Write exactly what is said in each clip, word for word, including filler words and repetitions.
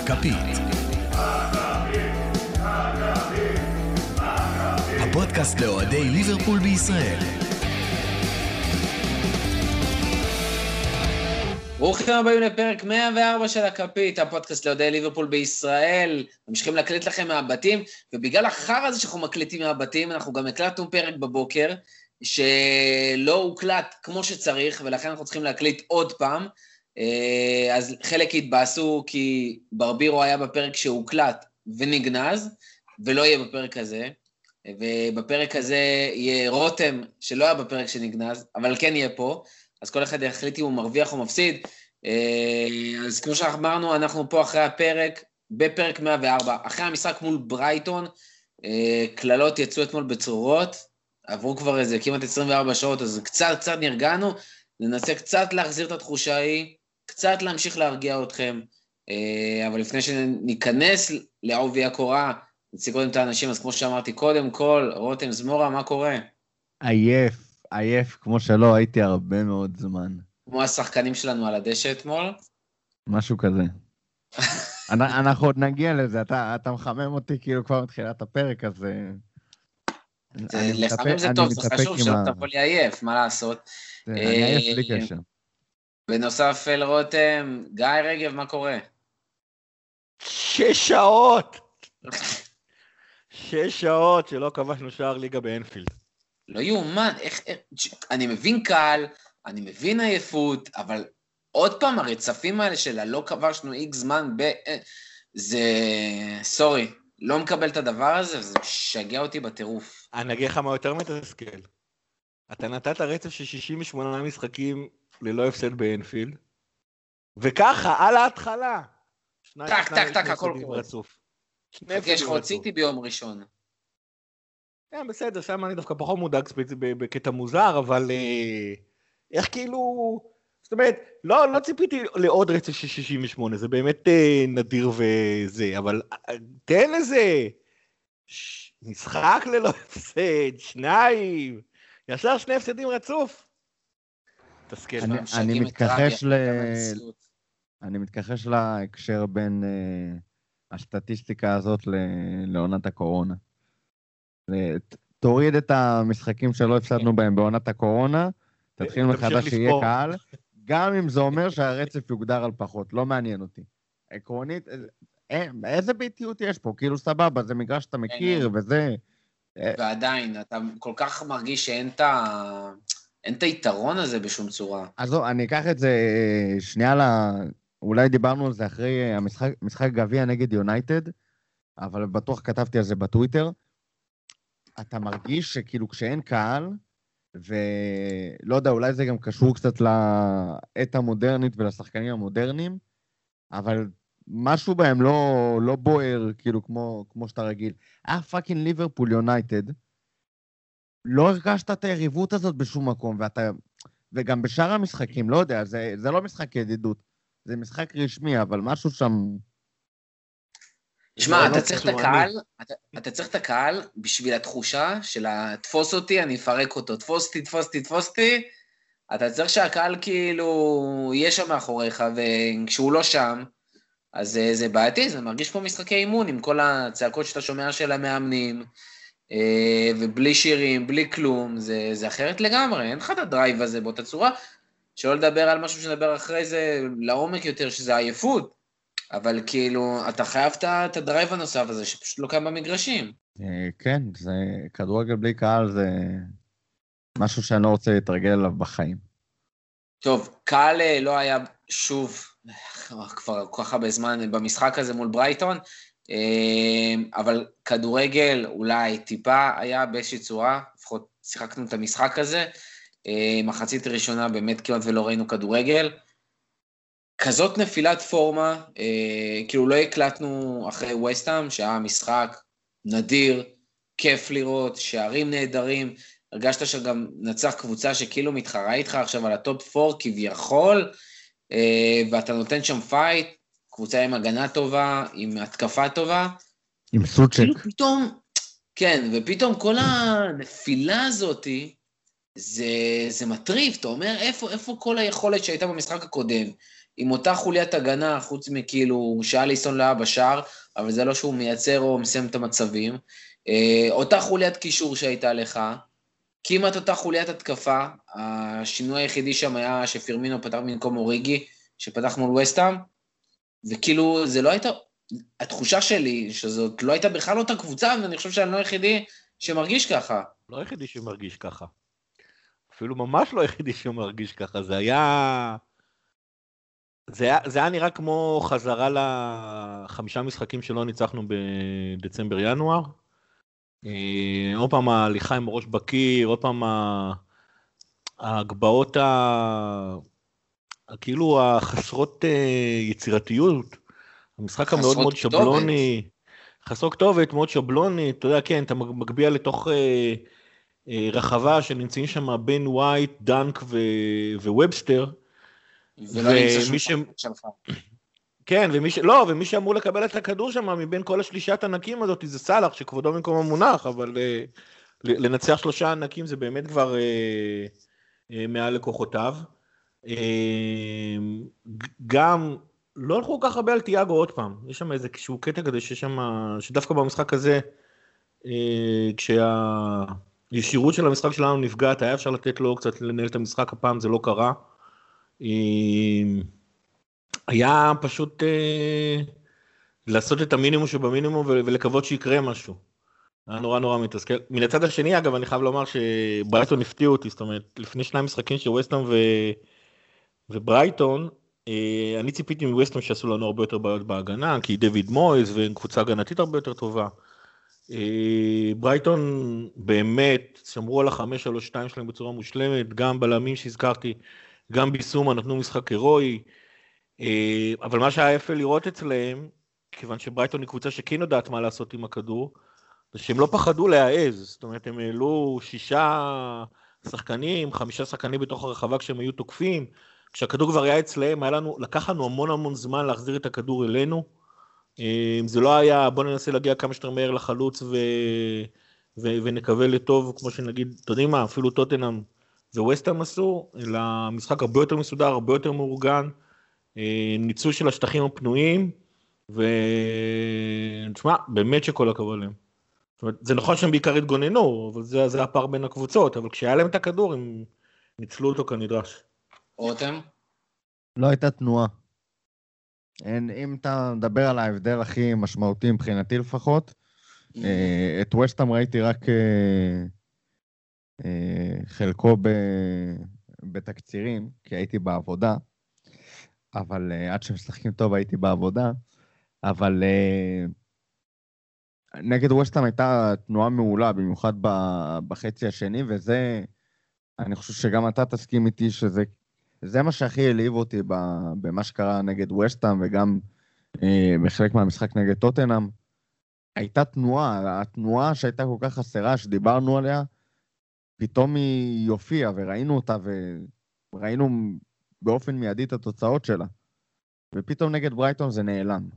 הכפית. הפודקאסט לאוהדי ליברפול בישראל. ברוכים הבאים לפרק מאה וארבע של הכפית, הפודקאסט לאוהדי ליברפול בישראל. ממשיכים להקליט לכם מהבתים, ובגלל החר הזה שאנחנו מקליטים מהבתים, אנחנו גם הקלטנו פרק בבוקר, שלא הוקלט כמו שצריך, ולכן אנחנו צריכים להקליט עוד פעם. אז חלק התבאסו כי ברבירו היה בפרק שהוקלט ונגנז, ולא יהיה בפרק הזה. ובפרק הזה יהיה רותם, שלא היה בפרק שנגנז, אבל כן יהיה פה. אז כל אחד יחליט אם הוא מרוויח או מפסיד. אז כמו שאמרנו, אנחנו פה אחרי הפרק, בפרק מאה וארבע, אחרי המשחק מול ברייטון, כללות יצאו אתמול בצרורות, עברו כבר איזה כמעט עשרים וארבע שעות, אז קצת קצת נרגענו, ננסה קצת להחזיר את התחושה ההיא, קצת להמשיך להרגיע אתכם, אבל לפני שניכנס לעובי הקורה, נציג קודם את האנשים, אז כמו שאמרתי קודם כל, רותם זמורה, מה קורה? עייף, עייף, כמו שלא הייתי הרבה מאוד זמן. כמו השחקנים שלנו על הדשא אתמול? משהו כזה. אנחנו עוד נגיע לזה, אתה, אתה מחמם אותי כאילו כבר מתחילת הפרק, אז... לחמם זה טוב, זה חשוב שלא תבוא לי עייף, מה לעשות? אני עייף בלי קשר. בנוסף אל רותם, גיא רגב, מה קורה? שש שעות! שש שעות שלא כבשנו שער ליגה באנפילד. לא יאומן, איך, איך, אני מבין קהל, אני מבין עייפות, אבל עוד פעם הרצפים האלה של הלא כבשנו איקס זמן, ב... זה, סורי, לא מקבל את הדבר הזה, וזה משגע אותי בטירוף. אני אגיד לך מה יותר מתסכל. אתה נתת רצף של שישים ושמונה משחקים ללא הפסד באנפילד, וככה, על ההתחלה. טק, טק, טק, הכל קורה. יש רציתי ביום ראשון. כן, בסדר, שם אני דווקא פחות מודאג בקטע מוזר, אבל איך כאילו, זאת אומרת, לא, לא ציפיתי לעוד רצף של שישים ושמונה, זה באמת נדיר וזה, אבל תן לזה, משחק ללא הפסד, שניים, ישר שני הפסדים רצוף. תסכל. אני מתכחש ל... אני מתכחש להקשר בין הסטטיסטיקה הזאת לעונת הקורונה. תוריד את המשחקים שלא הפסדנו בהם בעונת הקורונה, תתחיל מחדש שיהיה קהל, גם אם זה אומר שהרצף יוגדר על פחות, לא מעניין אותי. עקרונית, איזה ביתיות יש פה? כאילו סבבה, זה מגרש שאתה מכיר וזה... ועדיין, אתה כל כך מרגיש שאין את ה... אין את היתרון הזה בשום צורה. אז לא, אני אקח את זה שנייה ל... אולי דיברנו על זה אחרי המשחק, משחק גביע נגד יונייטד, אבל בטוח כתבתי על זה בטוויטר, אתה מרגיש שכאילו כשאין קהל, ולא יודע, אולי זה גם קשור קצת לעת המודרנית ולשחקנים המודרניים, אבל משהו בהם לא, לא בוער, כאילו כמו, כמו שאתה רגיל. אה, פאקינג ליברפול יונייטד, לא הרגשת את היריבות הזאת בשום מקום, ואתה, וגם בשאר המשחקים, לא יודע, זה, זה לא משחק ידידות, זה משחק רשמי, אבל משהו שם... תשמע, אתה צריך את הקהל, אתה צריך את הקהל בשביל התחושה של תפוס אותי, אני אפרק אותו, תפוס אותי, תפוס אותי, תפוס אותי, אתה צריך שהקהל כאילו יהיה שם מאחוריך, וכשהוא לא שם, אז זה בעייתי, זה מרגיש פה משחקי אימון, עם כל הצעקות שאתה שומע של המאמנים, ובלי שירים, בלי כלום, זה, זה אחרת לגמרי, אין לך את הדרייב הזה באותה צורה, שלא לדבר על משהו שנדבר אחרי זה לעומק יותר, שזה עייפות, אבל כאילו, אתה חייב את הדרייב הנוסף הזה, שפשוט לא קיים במגרשים. כן, זה כדורגל בלי קהל, זה משהו שאני לא רוצה להתרגל אליו בחיים. טוב, קהל לא היה שוב, כבר כל כך הרבה זמן במשחק הזה מול ברייטון, אבל כדורגל אולי טיפה היה באיזושהי צורה, לפחות שיחקנו את המשחק הזה, מחצית ראשונה באמת כמעט ולא ראינו כדורגל, כזאת נפילת פורמה, כאילו לא הקלטנו אחרי ווסטהאם, שהיה משחק נדיר, כיף לראות, שערים נהדרים, הרגשת שגם נצח קבוצה שכאילו מתחרה איתך עכשיו על הטופ פור כביכול, ואתה נותן שם פייט, קבוצה עם הגנה טובה, עם התקפה טובה. עם סוצ'ק. כאילו פתאום, כן, ופתאום כל הנפילה הזאת, זה, זה מטריף, אתה אומר, איפה, איפה כל היכולת שהייתה במשחק הקודם? עם אותה חוליית הגנה, חוץ מכאילו, שאליסון לא היה בשער, אבל זה לא שהוא מייצר או מסיים את המצבים, אותה חוליית קישור שהייתה לך, כמעט אותה חוליית התקפה, השינוי היחידי שם היה שפירמינו פתח במקום אוריגי, שפתח מול וסטהאם, וכאילו זה לא הייתה, התחושה שלי שזאת לא הייתה בכלל אותה קבוצה, ואני חושב שאני לא היחידי שמרגיש ככה. לא היחידי שמרגיש ככה. אפילו ממש לא היחידי שמרגיש ככה, זה היה... זה היה, זה היה נראה כמו חזרה לחמישה משחקים שלא ניצחנו בדצמבר-ינואר. עוד פעם ההליכה עם ראש בקיר, עוד פעם ההגבהות כאילו החסרות יצירתיות, המשחק המאוד מאוד שבלוני, חסרות כתובת, מאוד שבלוני, אתה יודע, כן, אתה מגביע לתוך רחבה שנמצאים שם בין ווייט, דנק ווובסטר, ומי ש... כן, ומי ש... לא, ומי שאמור לקבל את הכדור שם מבין כל השלישת ענקים הזאת, זה סלח, שכבודו במקום המונח, אבל uh, לנצח שלושה ענקים זה באמת כבר uh, uh, מעל לקוחותיו. Uh, גם לא הלכו כל כך הרבה על תיאגו עוד פעם, יש שם איזה שהוא קטע כזה שיש שם, שדווקא במשחק הזה, uh, כשהישירות של המשחק שלנו נפגעת, היה אפשר לתת לו קצת לנהל את המשחק, הפעם זה לא קרה. Uh, היה פשוט אה, לעשות את המינימום שבמינימום ולקוות שיקרה משהו. היה נורא נורא מתסכל. מן הצד השני, אגב, אני חייב לומר שברייטון הפתיעו אותי, זאת אומרת, לפני שניים משחקים של וסטהאם ו... וברייטון, אה, אני ציפיתי מווסטהאם שעשו לנו הרבה יותר בעיות בהגנה, כי דויד מויז וקבוצה הגנתית הרבה יותר טובה. אה, ברייטון באמת שמרו על החמש שלוש שתיים שלהם בצורה מושלמת, גם בלמים שהזכרתי, גם ביסומה נתנו משחק הירואי, אבל מה שהיה יפה לראות אצלהם, כיוון שברייטון היא קבוצה שכן יודעת מה לעשות עם הכדור, זה שהם לא פחדו להעז, זאת אומרת הם העלו שישה שחקנים, חמישה שחקנים בתוך הרחבה כשהם היו תוקפים, כשהכדור כבר היה אצלהם, היה לנו, לקח לנו המון המון זמן להחזיר את הכדור אלינו, זה לא היה בוא ננסה להגיע כמה שיותר מהר לחלוץ ו... ו... ונקווה לטוב, כמו שנגיד, אתה יודעים מה, אפילו טוטנהאם וווסטהאם עשו, אלא משחק הרבה יותר מסודר, הרבה יותר מאורגן, ניצול של השטחים הפנויים, ותשמע, באמת שכל הכבוד להם. זאת אומרת, זה נכון שהם בעיקר התגוננו, אבל זה, זה הפער בין הקבוצות, אבל כשהיה להם את הכדור, הם ניצלו אותו כנדרש. רותם? לא הייתה תנועה. אין, אם אתה מדבר על ההבדל הכי משמעותי מבחינתי לפחות, את ווסטהאם ראיתי רק חלקו בתקצירים, כי הייתי בעבודה, אבל uh, עד שמשחקים טוב הייתי בעבודה, אבל uh, נגד ווסטהאם הייתה תנועה מעולה, במיוחד בחצי השני, וזה, אני חושב שגם אתה תסכים איתי שזה זה מה שהכי העליב אותי במה שקרה נגד ווסטהאם, וגם uh, בחלק מהמשחק נגד טוטנהאם, הייתה תנועה, התנועה שהייתה כל כך חסרה, שדיברנו עליה, פתאום היא יופיעה, וראינו אותה, וראינו באופן מיידי את התוצאות שלה. ופתאום נגד ברייטון זה נעלם.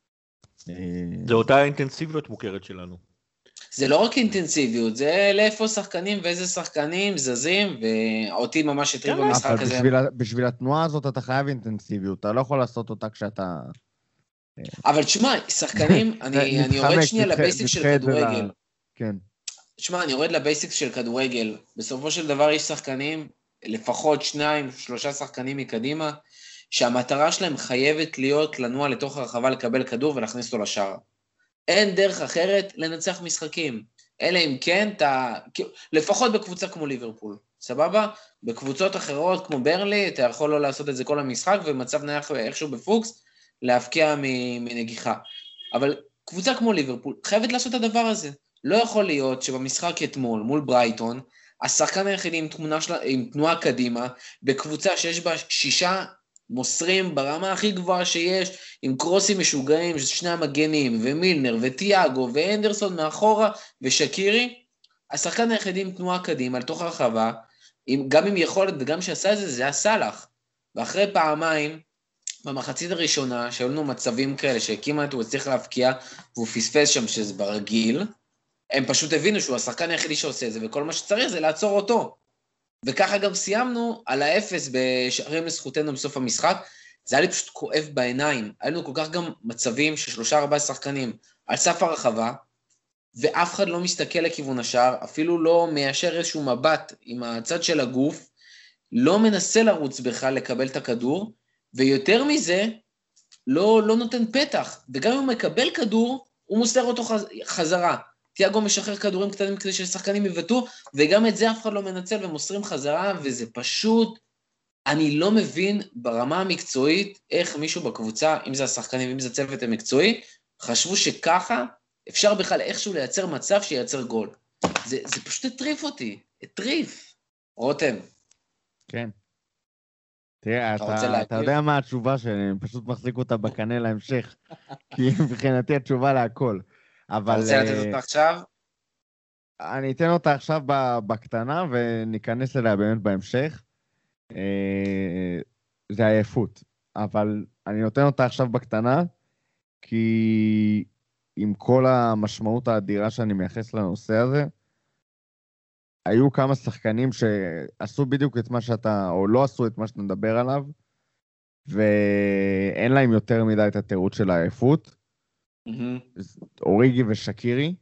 זה אותה האינטנסיביות מוכרת שלנו. זה לא רק אינטנסיביות, זה לאיפה שחקנים ואיזה שחקנים זזים, ואותי ממש הטריב במשחק הזה. בשביל התנועה הזאת אתה חייב אינטנסיביות, אתה לא יכול לעשות אותה כשאתה... אבל תשמע, שחקנים, אני יורד שנייה לבייסיקס של כדורגל. כן. תשמע, אני יורד לבייסיקס של כדורגל. בסופו של דבר יש שחקנים, לפחות שניים, שלושה שחקנים מקדימה, שהמטרה שלהם חייבת להיות לנוע לתוך הרחבה, לקבל כדור ולהכניס אותו לשער. אין דרך אחרת לנצח משחקים. אלא אם כן, אתה, לפחות בקבוצה כמו ליברפול, סבבה? בקבוצות אחרות כמו ברלי, אתה יכול לא לעשות את זה כל המשחק, ומצב נייח איכשהו בפוקס, להפקיע מנגיחה. אבל קבוצה כמו ליברפול חייבת לעשות את הדבר הזה. לא יכול להיות שבמשחק אתמול מול ברייטון, השחקן היחידי עם, תמונה שלה, עם תנועה קדימה, בקבוצה שיש בה שישה מוסרים ברמה הכי גבוהה שיש, עם קרוסים משוגעים, שני המגנים, ומילנר, וטיאגו, ואנדרסון מאחורה, ושקירי, השחקן היחידי עם תנועה קדימה, לתוך הרחבה, עם, גם עם יכולת וגם שעשה את זה, זה היה סלח. ואחרי פעמיים, במחצית הראשונה, שהיו לנו מצבים כאלה, שכמעט הוא הצליח להפקיע, והוא פספס שם שזה ברגיל, הם פשוט הבינו שהוא השחקן היחידי שעושה את זה, וכל מה שצריך זה לעצור אותו. וככה גם סיימנו על האפס בשערים לזכותנו בסוף המשחק, זה היה לי פשוט כואב בעיניים. היינו כל כך גם מצבים ששלושה ארבעה שחקנים על סף הרחבה, ואף אחד לא מסתכל לכיוון השאר, אפילו לא מיישר איזשהו מבט עם הצד של הגוף, לא מנסה לרוץ בכלל לקבל את הכדור, ויותר מזה, לא, לא נותן פתח, וגם אם הוא מקבל כדור, הוא מוסר אותו חזרה. תיאגו משחרר כדורים קטנים כדי ששחקנים יבטאו, וגם את זה אף אחד לא מנצל ומוסרים חזרה, וזה פשוט, אני לא מבין ברמה המקצועית, איך מישהו בקבוצה, אם זה השחקנים, אם זה צוות המקצועי, חשבו שככה אפשר בכלל איכשהו לייצר מצב שייצר גול. זה, זה פשוט הטריף אותי, הטריף. רותם. כן. תראה, אתה, אתה, אתה יודע מה התשובה שלי, אני פשוט מחזיק אותה בקנה להמשך, כי מבחינתי התשובה להכל. אבל... אתה רוצה לתת אותה עכשיו? אני אתן אותה עכשיו בקטנה, וניכנס אליה באמת בהמשך. זה עייפות, אבל אני נותן אותה עכשיו בקטנה, כי עם כל המשמעות האדירה שאני מייחס לנושא הזה, היו כמה שחקנים שעשו בדיוק את מה שאתה, או לא עשו את מה שאתה מדבר עליו, ואין להם יותר מדי את התירוץ של העייפות. אוריגי ושקירי.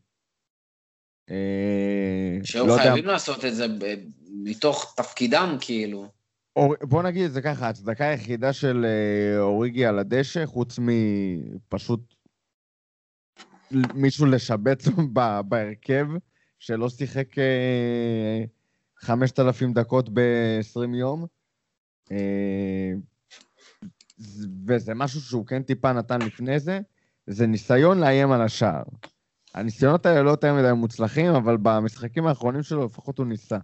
שהיו חייבים לעשות את זה מתוך תפקידם, כאילו. בוא נגיד את זה ככה, הצדקה היחידה של אוריגי על הדשא, חוץ מפשוט מישהו לשבץ בהרכב, שלא שיחק חמשת אלפים דקות ב-עשרים יום, וזה משהו שהוא כן טיפה נתן לפני זה, זה ניסיון לאיים על השער. הניסיונות האלה לא יותר מדי מוצלחים, אבל במשחקים האחרונים שלו לפחות הוא ניסה.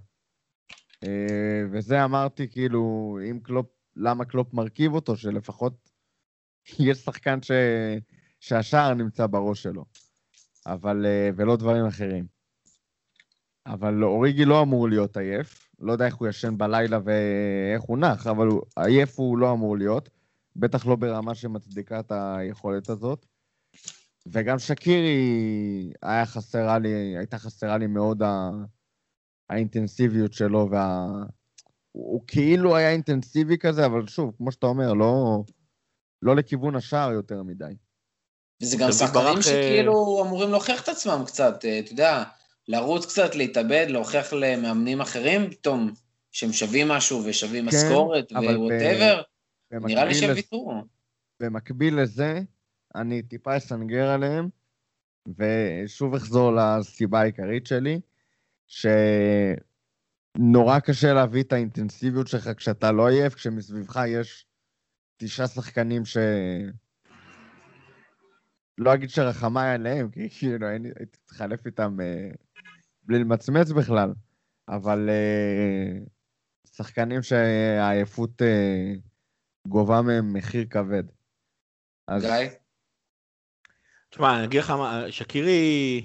וזה אמרתי, כאילו, אם קלופ, למה קלופ מרכיב אותו, שלפחות יש שחקן ש... שהשער נמצא בראש שלו, אבל, ולא דברים אחרים. אבל אוריגי לא אמור להיות עייף, לא יודע איך הוא ישן בלילה ואיך הוא נח, אבל הוא, עייף הוא לא אמור להיות, בטח לא ברמה שמצדיקה את היכולת הזאת. וגם שקירי היה חסרה לי, הייתה חסרה לי מאוד ה... האינטנסיביות שלו, וה... הוא כאילו היה אינטנסיבי כזה, אבל שוב, כמו שאתה אומר, לא, לא לכיוון השער יותר מדי. וזה גם שחקנים שכאילו אמורים להוכיח את עצמם קצת, אתה יודע, לרוץ קצת, להתאבד, להוכיח למאמנים אחרים, פתאום שהם שווים משהו ושווים משכורת ווואטאבר, נראה לי שהם ויתרו. במקביל לזה, אני טיפה אסנגר עליהם, ושוב אחזור לסיבה העיקרית שלי, שנורא קשה להביא את האינטנסיביות שלך כשאתה לא עייף, כשמסביבך יש תשעה שחקנים ש... לא אגיד שרחמה עליהם, כי כאילו הייתי תחלף איתם אה, בלי למצמץ בכלל, אבל אה, שחקנים שהעייפות אה, גובה מהם מחיר כבד. אז... גיא? תשמע, אני אגיד לך מה, שקירי...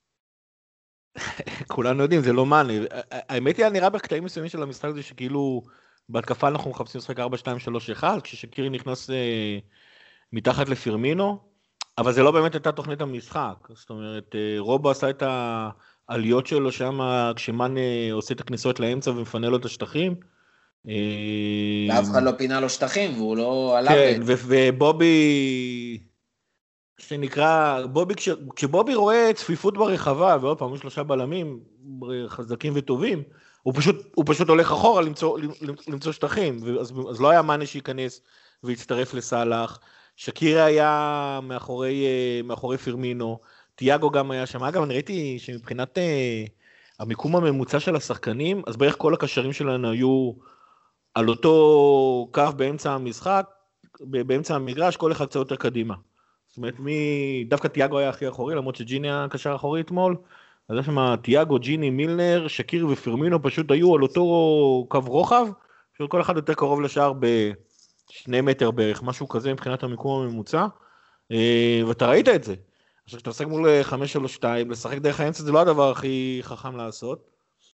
כולנו יודעים, זה לא מאני. האמת היא, נראה בקטעים מסוימים של המשחק זה שכאילו, בהתקפה אנחנו מחפשים לשחק ארבע שתיים שלוש אחת, כששקירי נכנס אה, מתחת לפירמינו, אבל זה לא באמת הייתה תוכנית המשחק. זאת אומרת, אה, רובו עשה את העליות שלו שם, כשמאני עושה את הכניסות לאמצע ומפנה לו את השטחים. ואף אחד לא פינה לו שטחים, והוא לא עלה. כן, ובובי... שנקרא, בובי, כש, כשבובי רואה צפיפות ברחבה, ועוד פעם, שלושה בלמים חזקים וטובים, הוא פשוט, הוא פשוט הולך אחורה למצוא, למצוא שטחים, אז, אז לא היה מאני שייכנס והצטרף לסלח, שקירי היה מאחורי, מאחורי פירמינו, תיאגו גם היה שם, אגב, אני ראיתי שמבחינת המיקום הממוצע של השחקנים, אז בערך כל הקשרים שלנו היו על אותו קו באמצע המשחק, באמצע המגרש, כל אחד קצת יותר קדימה. זאת אומרת, מי... דווקא תיאגו היה הכי אחורי, למרות שג'יני היה קשר אחורי אתמול, אז יש שם תיאגו, ג'יני, מילנר, שקיר ופירמינו פשוט היו על אותו קו רוחב, פשוט כל אחד יותר קרוב לשער בשני מטר בערך, משהו כזה מבחינת המיקום הממוצע, ואתה ראית את זה. עכשיו, כשאתה משחק מול חמש שלוש שתיים, לשחק דרך האמצע זה לא הדבר הכי חכם לעשות.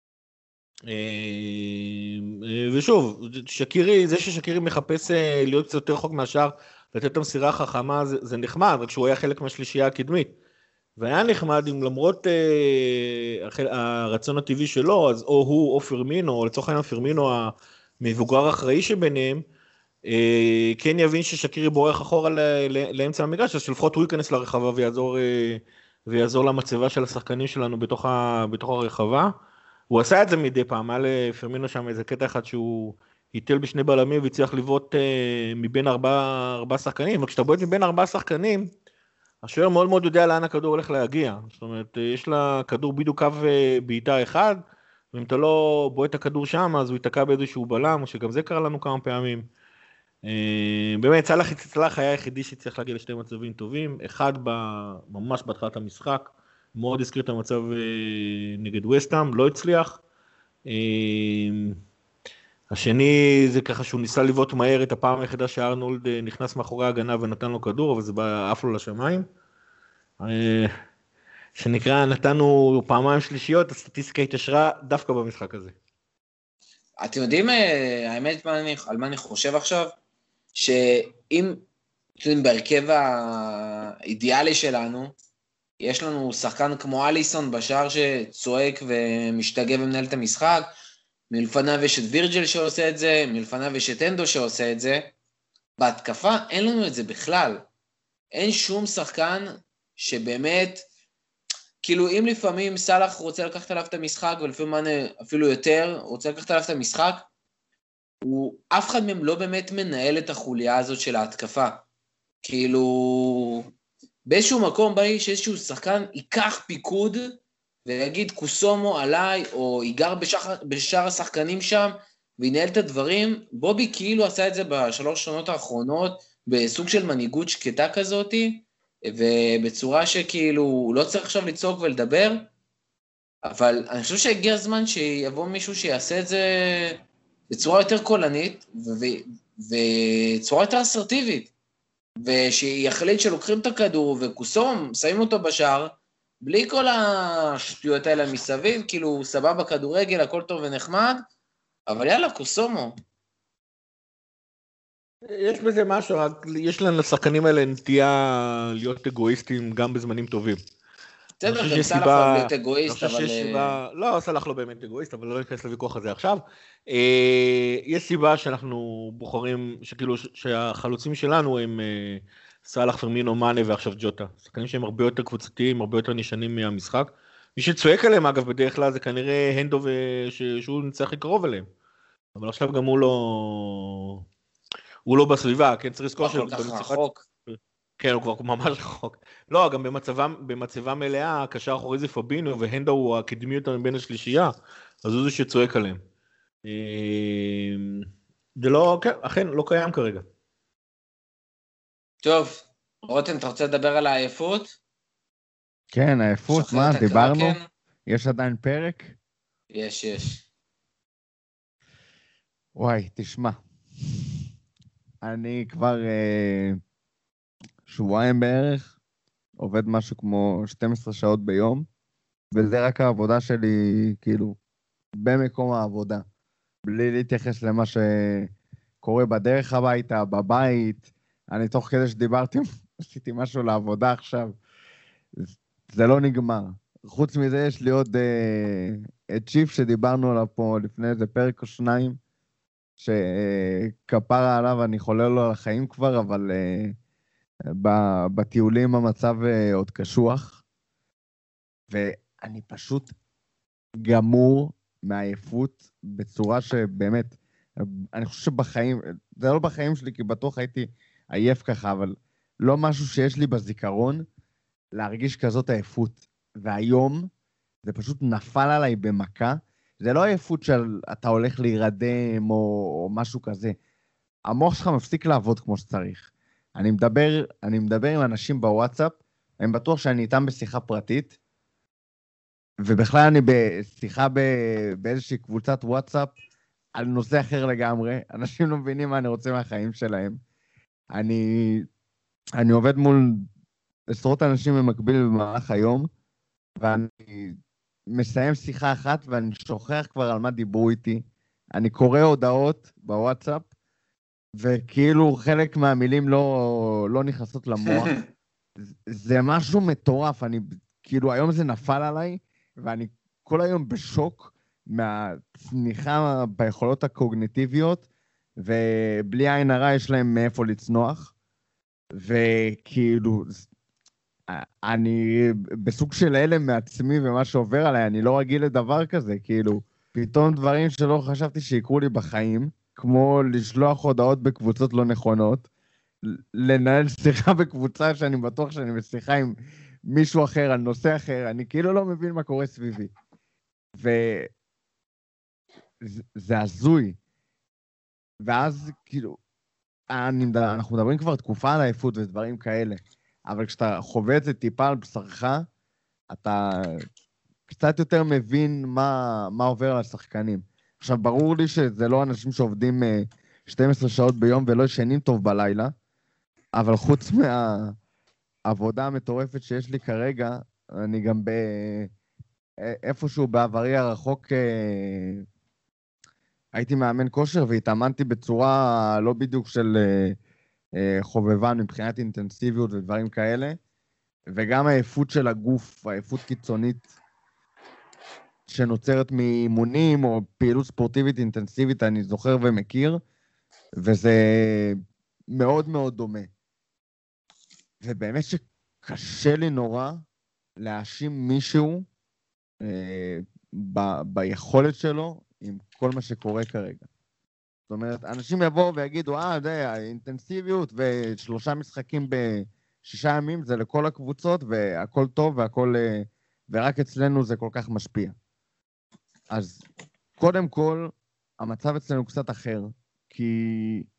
ושוב, שקירי, זה ששקירי מחפש להיות קצת יותר חוק מהשאר, לתת את המסירה החכמה, זה, זה נחמד, רק שהוא היה חלק מהשלישייה הקדמית. והיה נחמד אם למרות אה, הרצון הטבעי שלו, אז או הוא או פירמינו, או לצורך העניין פירמינו המבוגר האחראי שביניהם, כן יבין ששקירי בורח אחורה לאמצע המגרש, אז שלפחות הוא ייכנס לרחבה ויעזור, ויעזור למצבה של השחקנים שלנו בתוך, ה, בתוך הרחבה. הוא עשה את זה מדי פעם, היה לפרמינו שם איזה קטע אחד שהוא היטל בשני בלמים והצליח לבעוט מבין ארבעה, ארבעה שחקנים, וכשאתה בועט מבין ארבעה שחקנים, השוער מאוד מאוד יודע לאן הכדור הולך להגיע. זאת אומרת, יש לה כדור בדיוק קו בעיטה אחד, ואם אתה לא בועט את הכדור שם, אז הוא ייתקע באיזשהו בלם, שגם זה קרה לנו כמה פעמים. באמת, צלח, צלח היה היחידי שצריך להגיע לשתי מצבים טובים, אחד ממש בהתחלת המשחק, מאוד הזכיר את המצב נגד וסטהאם, לא הצליח. השני זה ככה שהוא ניסה לבעוט מהר את הפעם היחידה שארנולד נכנס מאחורי ההגנה ונתן לו כדור, אבל זה עף לו לשמיים. שנקרא, נתנו פעמיים שלישיות, הסטטיסטיקה התיישרה דווקא במשחק הזה. אתם יודעים, האמת, על מה אני חושב עכשיו? שאם בהרכב האידיאלי שלנו, יש לנו שחקן כמו אליסון בשער שצועק ומשתגע ומנהל את המשחק, מלפניו יש את וירג'ל שעושה את זה, מלפניו יש את אנדו שעושה את זה, בהתקפה אין לנו את זה בכלל. אין שום שחקן שבאמת, כאילו אם לפעמים סלח רוצה לקחת עליו את המשחק, ולפעמים אפילו יותר, רוצה לקחת עליו את המשחק, הוא, אף אחד מהם לא באמת מנהל את החוליה הזאת של ההתקפה. כאילו, באיזשהו מקום בא שאיזשהו שחקן ייקח פיקוד, ויגיד קוסומו עליי, או ייגר בשאר השחקנים שם, וינהל את הדברים. בובי כאילו עשה את זה בשלוש שנות האחרונות, בסוג של מנהיגות שקטה כזאת, ובצורה שכאילו הוא לא צריך עכשיו לצעוק ולדבר, אבל אני חושב שהגיע הזמן שיבוא מישהו שיעשה את זה בצורה יותר קולנית, ובצורה יותר אסרטיבית, ושיחליט שלוקחים את הכדור, וקוסום, שמים אותו בשער, בלי כל השטויות האלה מסביב, כאילו סבבה כדורגל, הכל טוב ונחמד, אבל יאללה, קוסומו. יש בזה משהו, רק יש לנו לשחקנים האלה נטייה להיות אגואיסטים גם בזמנים טובים. בסדר, גם סלח לא להיות אגואיסט, אבל... לא, סלח לא באמת אגואיסט, אבל לא ניכנס לוויכוח הזה עכשיו. יש סיבה שאנחנו בוחרים, שכאילו שהחלוצים שלנו הם סלח, פרמינו, מאנה ועכשיו ג'וטה. שחקנים שהם הרבה יותר קבוצתיים, הרבה יותר נשענים מהמשחק. מי שצועק עליהם, אגב, בדרך כלל זה כנראה הנדו שהוא נצטרך לקרוב אליהם. אבל עכשיו גם הוא לא... הוא לא בסביבה, כן, צריך לזכור שהוא... כל כך רחוק. כן, הוא כבר ממש רחוק. לא, גם במצבה, במצבה מלאה, הקשר אחורי זה פבינו, והנדו הוא הקדמי יותר מבין השלישייה, אז הוא זה שצועק עליהם. זה לא, כן, אכן, לא קיים כרגע. טוב, רותם, אתה רוצה לדבר על העייפות? כן, העייפות, מה, דיברנו? יש עדיין פרק? יש, יש. וואי, תשמע. אני כבר אה, שבועיים בערך, עובד משהו כמו שתים עשרה שעות ביום, וזה רק העבודה שלי, כאילו, במקום העבודה. בלי להתייחס למה שקורה בדרך הביתה, בבית. אני תוך כדי שדיברתי, עשיתי משהו לעבודה עכשיו. זה לא נגמר. חוץ מזה יש לי עוד אה, את צ'יפ שדיברנו עליו פה לפני איזה פרק או שניים, שכפרה עליו אני חולה לו על החיים כבר, אבל uh, בטיולים המצב uh, עוד קשוח, ואני פשוט גמור מעייפות בצורה שבאמת, אני חושב שבחיים, זה לא בחיים שלי, כי בטוח הייתי עייף ככה, אבל לא משהו שיש לי בזיכרון להרגיש כזאת עייפות, והיום זה פשוט נפל עליי במכה, זה לא עייפות של אתה הולך להירדם או, או משהו כזה. המוח שלך מפסיק לעבוד כמו שצריך. אני מדבר, אני מדבר עם אנשים בוואטסאפ, אני בטוח שאני איתם בשיחה פרטית, ובכלל אני בשיחה ב, באיזושהי קבוצת וואטסאפ, על נושא אחר לגמרי. אנשים לא מבינים מה אני רוצה מהחיים שלהם. אני, אני עובד מול עשרות אנשים במקביל במהלך היום, ואני... מסיים שיחה אחת ואני שוכח כבר על מה דיברו איתי. אני קורא הודעות בוואטסאפ, וכאילו חלק מהמילים לא, לא נכנסות למוח. זה משהו מטורף, אני, כאילו היום זה נפל עליי, ואני כל היום בשוק מהצניחה ביכולות הקוגניטיביות, ובלי עין הרע יש להם מאיפה לצנוח, וכאילו, אני בסוג של הלם מעצמי ומה שעובר עליי, אני לא רגיל לדבר כזה, כאילו, פתאום דברים שלא חשבתי שיקרו לי בחיים, כמו לשלוח הודעות בקבוצות לא נכונות, לנהל שיחה בקבוצה שאני בטוח שאני בשיחה עם מישהו אחר, על נושא אחר, אני כאילו לא מבין מה קורה סביבי. וזה הזוי. ואז כאילו, אני, אנחנו מדברים כבר תקופה על העייפות ודברים כאלה, אבל כשאתה חווה את זה טיפה על בשרך, אתה קצת יותר מבין מה, מה עובר על השחקנים. עכשיו, ברור לי שזה לא אנשים שעובדים שתים עשרה שעות ביום ולא ישנים טוב בלילה, אבל חוץ מהעבודה המטורפת שיש לי כרגע, אני גם ב... איפשהו בעברי הרחוק הייתי מאמן כושר והתאמנתי בצורה לא בדיוק של חובבן מבחינת אינטנסיביות ודברים כאלה, וגם העייפות של הגוף, העייפות קיצונית שנוצרת מאימונים או פעילות ספורטיבית אינטנסיבית, אני זוכר ומכיר, וזה מאוד מאוד דומה. ובאמת שקשה לי נורא להאשים מישהו אה, ב- ביכולת שלו עם כל מה שקורה כרגע. זאת אומרת, אנשים יבואו ויגידו, אה, זה האינטנסיביות ושלושה משחקים בשישה ימים, זה לכל הקבוצות והכל טוב והכל, אה, ורק אצלנו זה כל כך משפיע. אז קודם כל, המצב אצלנו קצת אחר, כי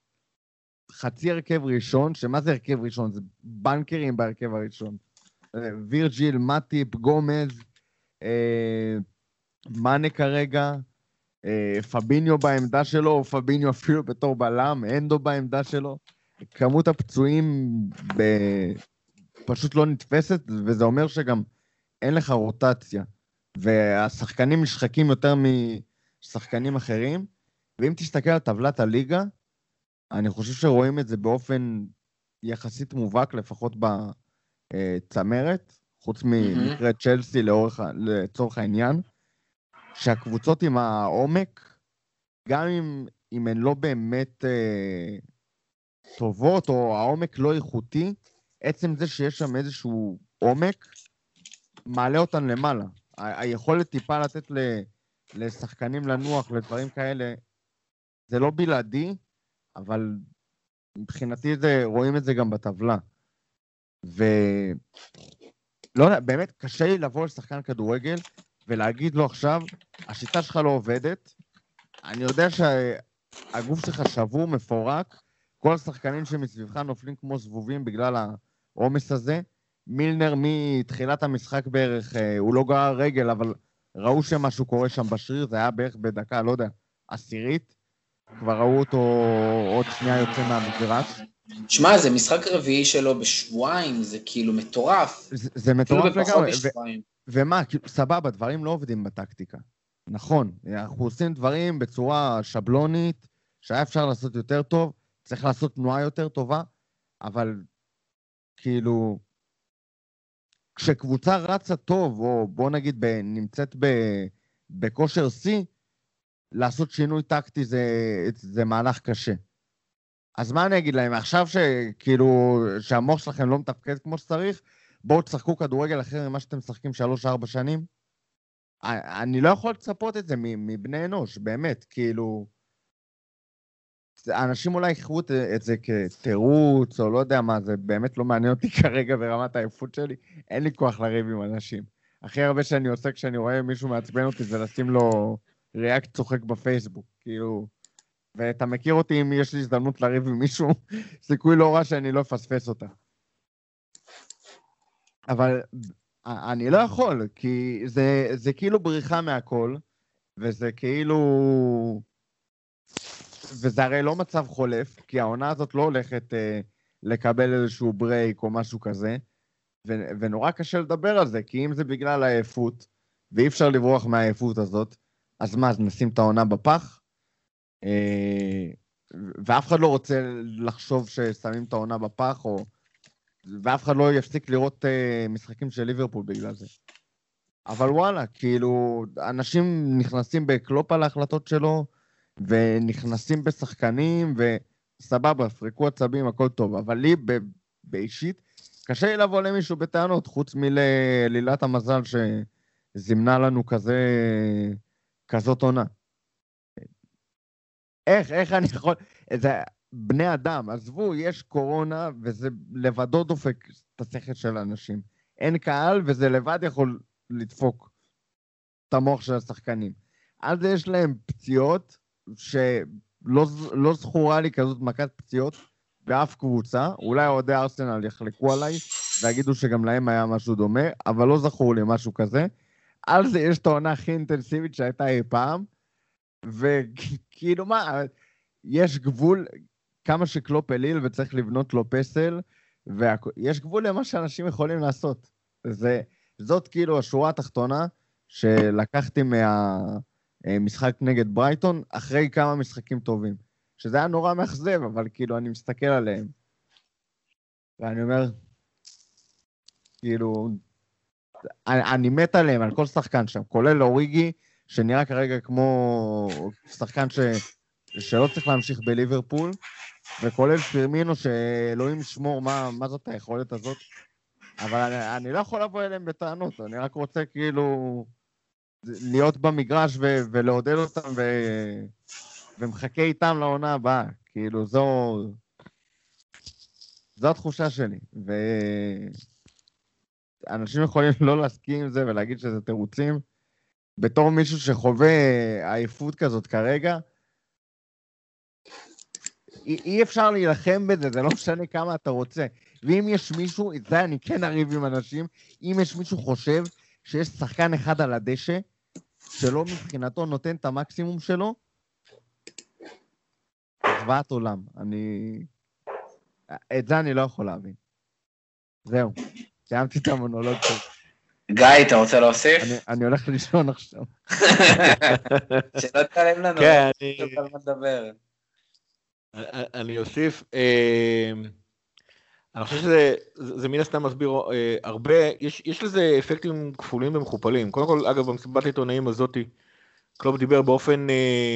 חצי הרכב ראשון, שמה זה הרכב ראשון? זה בנקרים בהרכב הראשון. וירג'יל, מטיפ, גומז, אה, מנה כרגע, אה, פביניו בעמדה שלו, או פביניו אפילו בתור בלם, אנדו בעמדה שלו. כמות הפצועים ב... פשוט לא נתפסת, וזה אומר שגם אין לך רוטציה. והשחקנים נשחקים יותר משחקנים אחרים, ואם תסתכל על טבלת הליגה, אני חושב שרואים את זה באופן יחסית מובהק, לפחות בצמרת, חוץ ממקרה צ'לסי לאורך, לצורך העניין, שהקבוצות עם העומק, גם אם, אם הן לא באמת אה, טובות, או העומק לא איכותי, עצם זה שיש שם איזשהו עומק, מעלה אותן למעלה. ה- היכולת טיפה לתת ל- לשחקנים לנוח, לדברים כאלה, זה לא בלעדי, אבל מבחינתי זה, רואים את זה גם בטבלה. ולא יודע, באמת קשה לי לבוא לשחקן כדורגל ולהגיד לו עכשיו, השיטה שלך לא עובדת, אני יודע שהגוף שלך שבור, מפורק, כל השחקנים שמסביבך נופלים כמו זבובים בגלל העומס הזה, מילנר מתחילת המשחק בערך, הוא לא גרר רגל, אבל ראו שמשהו קורה שם בשריר, זה היה בערך בדקה, לא יודע, עשירית, כבר ראו אותו עוד שנייה יוצא מהמגרש. שמע, זה משחק רביעי שלו בשבועיים, זה כאילו מטורף. זה, זה מטורף לגמרי. אפילו בפחות ו- משבועיים. ומה, כאילו, סבבה, דברים לא עובדים בטקטיקה. נכון, אנחנו עושים דברים בצורה שבלונית, שהיה אפשר לעשות יותר טוב, צריך לעשות תנועה יותר טובה, אבל כאילו, כשקבוצה רצה טוב, או בוא נגיד ב, נמצאת ב, בכושר C, לעשות שינוי טקטי זה, זה מהלך קשה. אז מה אני אגיד להם? עכשיו שכאילו, שהמוח שלכם לא מתפקד כמו שצריך, בואו תשחקו כדורגל אחר ממה שאתם משחקים שלוש ארבע שנים. אני לא יכול לצפות את זה מבני אנוש, באמת, כאילו, אנשים אולי יחרו את זה כתירוץ, או לא יודע מה, זה באמת לא מעניין אותי כרגע ברמת העייפות שלי, אין לי כוח לריב עם אנשים. הכי הרבה שאני עושה כשאני רואה מישהו מעצבן אותי, זה לשים לו ריאקט צוחק בפייסבוק, כאילו, ואתה מכיר אותי אם יש לי הזדמנות לריב עם מישהו, סיכוי לא רע שאני לא אפספס אותה. אבל אני לא יכול, כי זה, זה כאילו בריחה מהכל, וזה כאילו... וזה הרי לא מצב חולף, כי העונה הזאת לא הולכת אה, לקבל איזשהו ברייק או משהו כזה, ו- ונורא קשה לדבר על זה, כי אם זה בגלל העייפות, ואי אפשר לברוח מהעייפות הזאת, אז מה, אז נשים את העונה בפח? אה, ואף אחד לא רוצה לחשוב ששמים את העונה בפח, או... ואף אחד לא יפסיק לראות אה, משחקים של ליברפול בגלל זה. אבל וואלה, כאילו, אנשים נכנסים בקלופ על ההחלטות שלו, ונכנסים בשחקנים, וסבבה, פריקו עצבים, הכל טוב. אבל לי, באישית, קשה לי לבוא למישהו בטענות, חוץ מלילת המזל שזימנה לנו כזה, כזאת עונה. איך, איך אני יכול... זה בני אדם, עזבו, יש קורונה, וזה לבדו דופק את השכל של האנשים. אין קהל, וזה לבד יכול לדפוק את המוח של השחקנים. אז יש להם פציעות, שלא לא זכורה לי כזאת מכת פציעות, באף קבוצה, אולי אוהדי ארסנל יחלקו עליי, ויגידו שגם להם היה משהו דומה, אבל לא זכור לי משהו כזה. על זה יש את העונה הכי אינטנסיבית שהייתה אי פעם, וכאילו מה, יש גבול, כמה שקלופ אליל וצריך לבנות לו פסל, ויש גבול למה שאנשים יכולים לעשות. זה, זאת כאילו השורה התחתונה, שלקחתי מהמשחק נגד ברייטון, אחרי כמה משחקים טובים. שזה היה נורא מאכזב, אבל כאילו אני מסתכל עליהם. ואני אומר, כאילו, אני, אני מת עליהם, על כל שחקן שם, כולל אוריגי, שנראה כרגע כמו שחקן ש, שלא צריך להמשיך בליברפול, וכולל פירמינו שאלוהים ישמור מה, מה זאת היכולת הזאת. אבל אני, אני לא יכול לבוא אליהם בטענות, אני רק רוצה כאילו להיות במגרש ו, ולעודד אותם ו... ומחכה איתם לעונה הבאה, כאילו זו, זו התחושה שלי, ואנשים יכולים לא להסכים עם זה ולהגיד שזה תירוצים, בתור מישהו שחווה עייפות כזאת כרגע, אי, אי אפשר להילחם בזה, זה לא משנה כמה אתה רוצה, ואם יש מישהו, את זה אני כן אריב עם אנשים, אם יש מישהו חושב שיש שחקן אחד על הדשא, שלא מבחינתו נותן את המקסימום שלו, זוועת עולם, אני... את זה אני לא יכול להבין. זהו, סיימתי את המונולוג טוב. גיא, אתה רוצה להוסיף? אני, אני הולך לישון עכשיו. שלא תעלם לנו. כן, אני... אני אוסיף, אני חושב שזה זה מן הסתם מסביר הרבה, יש, יש לזה אפקטים כפולים ומכופלים. קודם כל, אגב, במסיבת העיתונאים הזאת, קלופ דיבר באופן...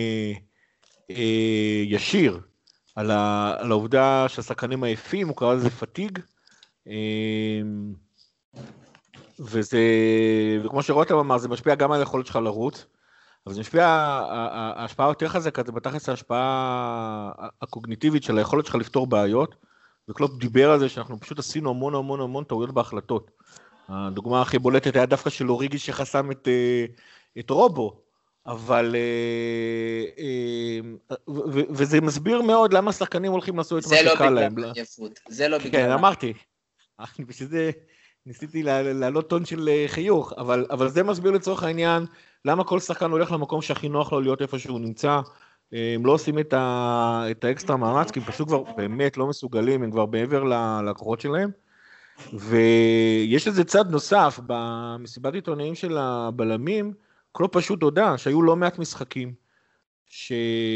ישיר על, ה, על העובדה שהשחקנים עייפים, הוא קרא לזה פטיג, וזה, וכמו שרותם אמר, זה משפיע גם על היכולת שלך לרוץ, אבל זה משפיע, ההשפעה יותר חזקה, זה בתכלס ההשפעה הקוגניטיבית של היכולת שלך לפתור בעיות, וקלופ דיבר על זה שאנחנו פשוט עשינו המון המון המון טעויות בהחלטות. הדוגמה הכי בולטת היה דווקא של אוריגי שחסם את, את רובו, אבל, וזה מסביר מאוד למה השחקנים הולכים לעשות את מה שקל להם. זה לא בגלל עייפות, זה לא בגלל... כן, אמרתי. בשביל זה ניסיתי לעלות טון של חיוך, אבל זה מסביר לצורך העניין, למה כל שחקן הולך למקום שהכי נוח לו להיות איפה שהוא נמצא, הם לא עושים את האקסטרה מאמץ, כי הם פשוט כבר באמת לא מסוגלים, הם כבר בעבר ללקוחות שלהם, ויש לזה צד נוסף, במסיבת עיתונאים של הבלמים, קלופ פשוט הודע שהיו לא מעט משחקים, ש...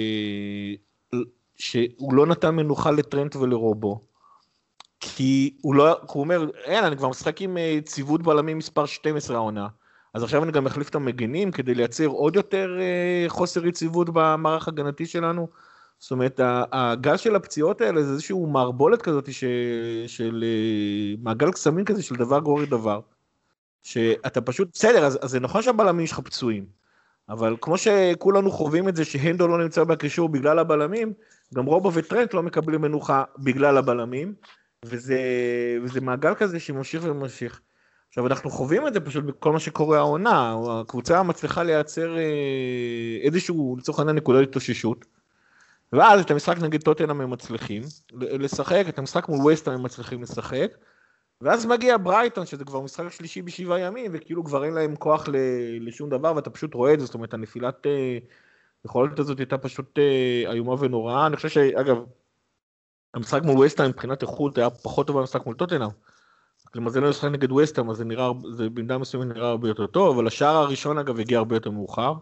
שהוא לא נתן מנוחה לטרנט ולרובו, כי הוא לא, הוא אומר, אין, אני כבר משחק עם ציוות בלמים מספר שתים עשרה העונה, אז עכשיו אני גם מחליף את המגנים, כדי לייצר עוד יותר חוסר יציבות במערך הגנתי שלנו, זאת אומרת, הגל של הפציעות האלה, זה איזשהו מערבולת כזאת, ש... של מעגל קסמים כזה, של דבר גורר דבר, שאתה פשוט, בסדר, אז, אז זה נכון שהבלמים שלך פצועים, אבל כמו שכולנו חווים את זה, שהנדו לא נמצא בקישור בגלל הבלמים, גם רובו וטרנט לא מקבלים מנוחה בגלל הבלמים, וזה, וזה מעגל כזה שממשיך וממשיך. עכשיו, אנחנו חווים את זה פשוט בכל מה שקורה העונה, הקבוצה מצליחה לייצר איזשהו, לצורך העניין, נקודה להתאוששות, ואז את המשחק נגד טוטנהאם הם מצליחים לשחק, את המשחק מול וסטהאם הם מצליחים לשחק, ואז מגיע ברייטון, שזה כבר משחק שלישי בשבעה ימים, וכאילו כבר אין להם כוח לשום דבר, ואתה פשוט רואה את זה, זאת אומרת, הנפילת יכולת הזאת הייתה פשוט איומה ונוראה. אני חושב שאגב, המשחק מול וסטהאם מבחינת איכות היה פחות טוב במשחק מול טוטנהאם, למזלנו לשחק נגד וסטהאם, אז זה נראה, זה במידה מסוימת נראה הרבה יותר טוב, אבל השער הראשון אגב הגיע הרבה יותר מאוחר.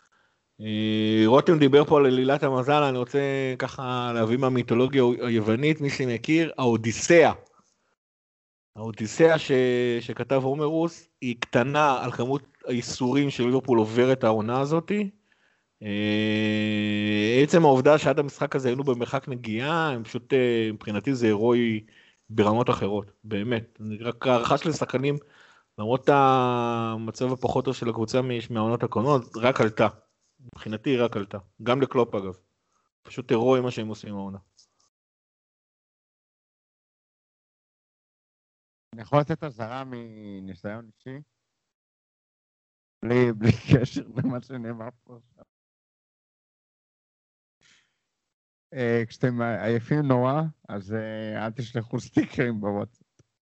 רותם דיבר פה על עלילת המזל, אני רוצה ככה להביא מהמיתולוגיה היוונית, מי שמכיר, האודיסאה. האודיסאה ש... שכתב הומרוס, היא קטנה על כמות האיסורים של ליברפול עוברת העונה הזאת, עצם העובדה שעד המשחק הזה היינו במרחק נגיעה, הם פשוט, מבחינתי זה הירואי ברמות אחרות, באמת. רק הערכה של השחקנים, למרות המצב הפחות טוב של הקבוצה מהעונות הקודמות, רק עלתה. מבחינתי רק עלתה. גם לקלופ אגב. פשוט הירואי מה שהם עושים העונה. אני יכול לתת הזרה מניסיון אישי? בלי, בלי קשר למה שנאמר פה. Uh, כשאתם עייפים נורא, אז uh, אל תשלחו סטיקרים בוואטסאפ.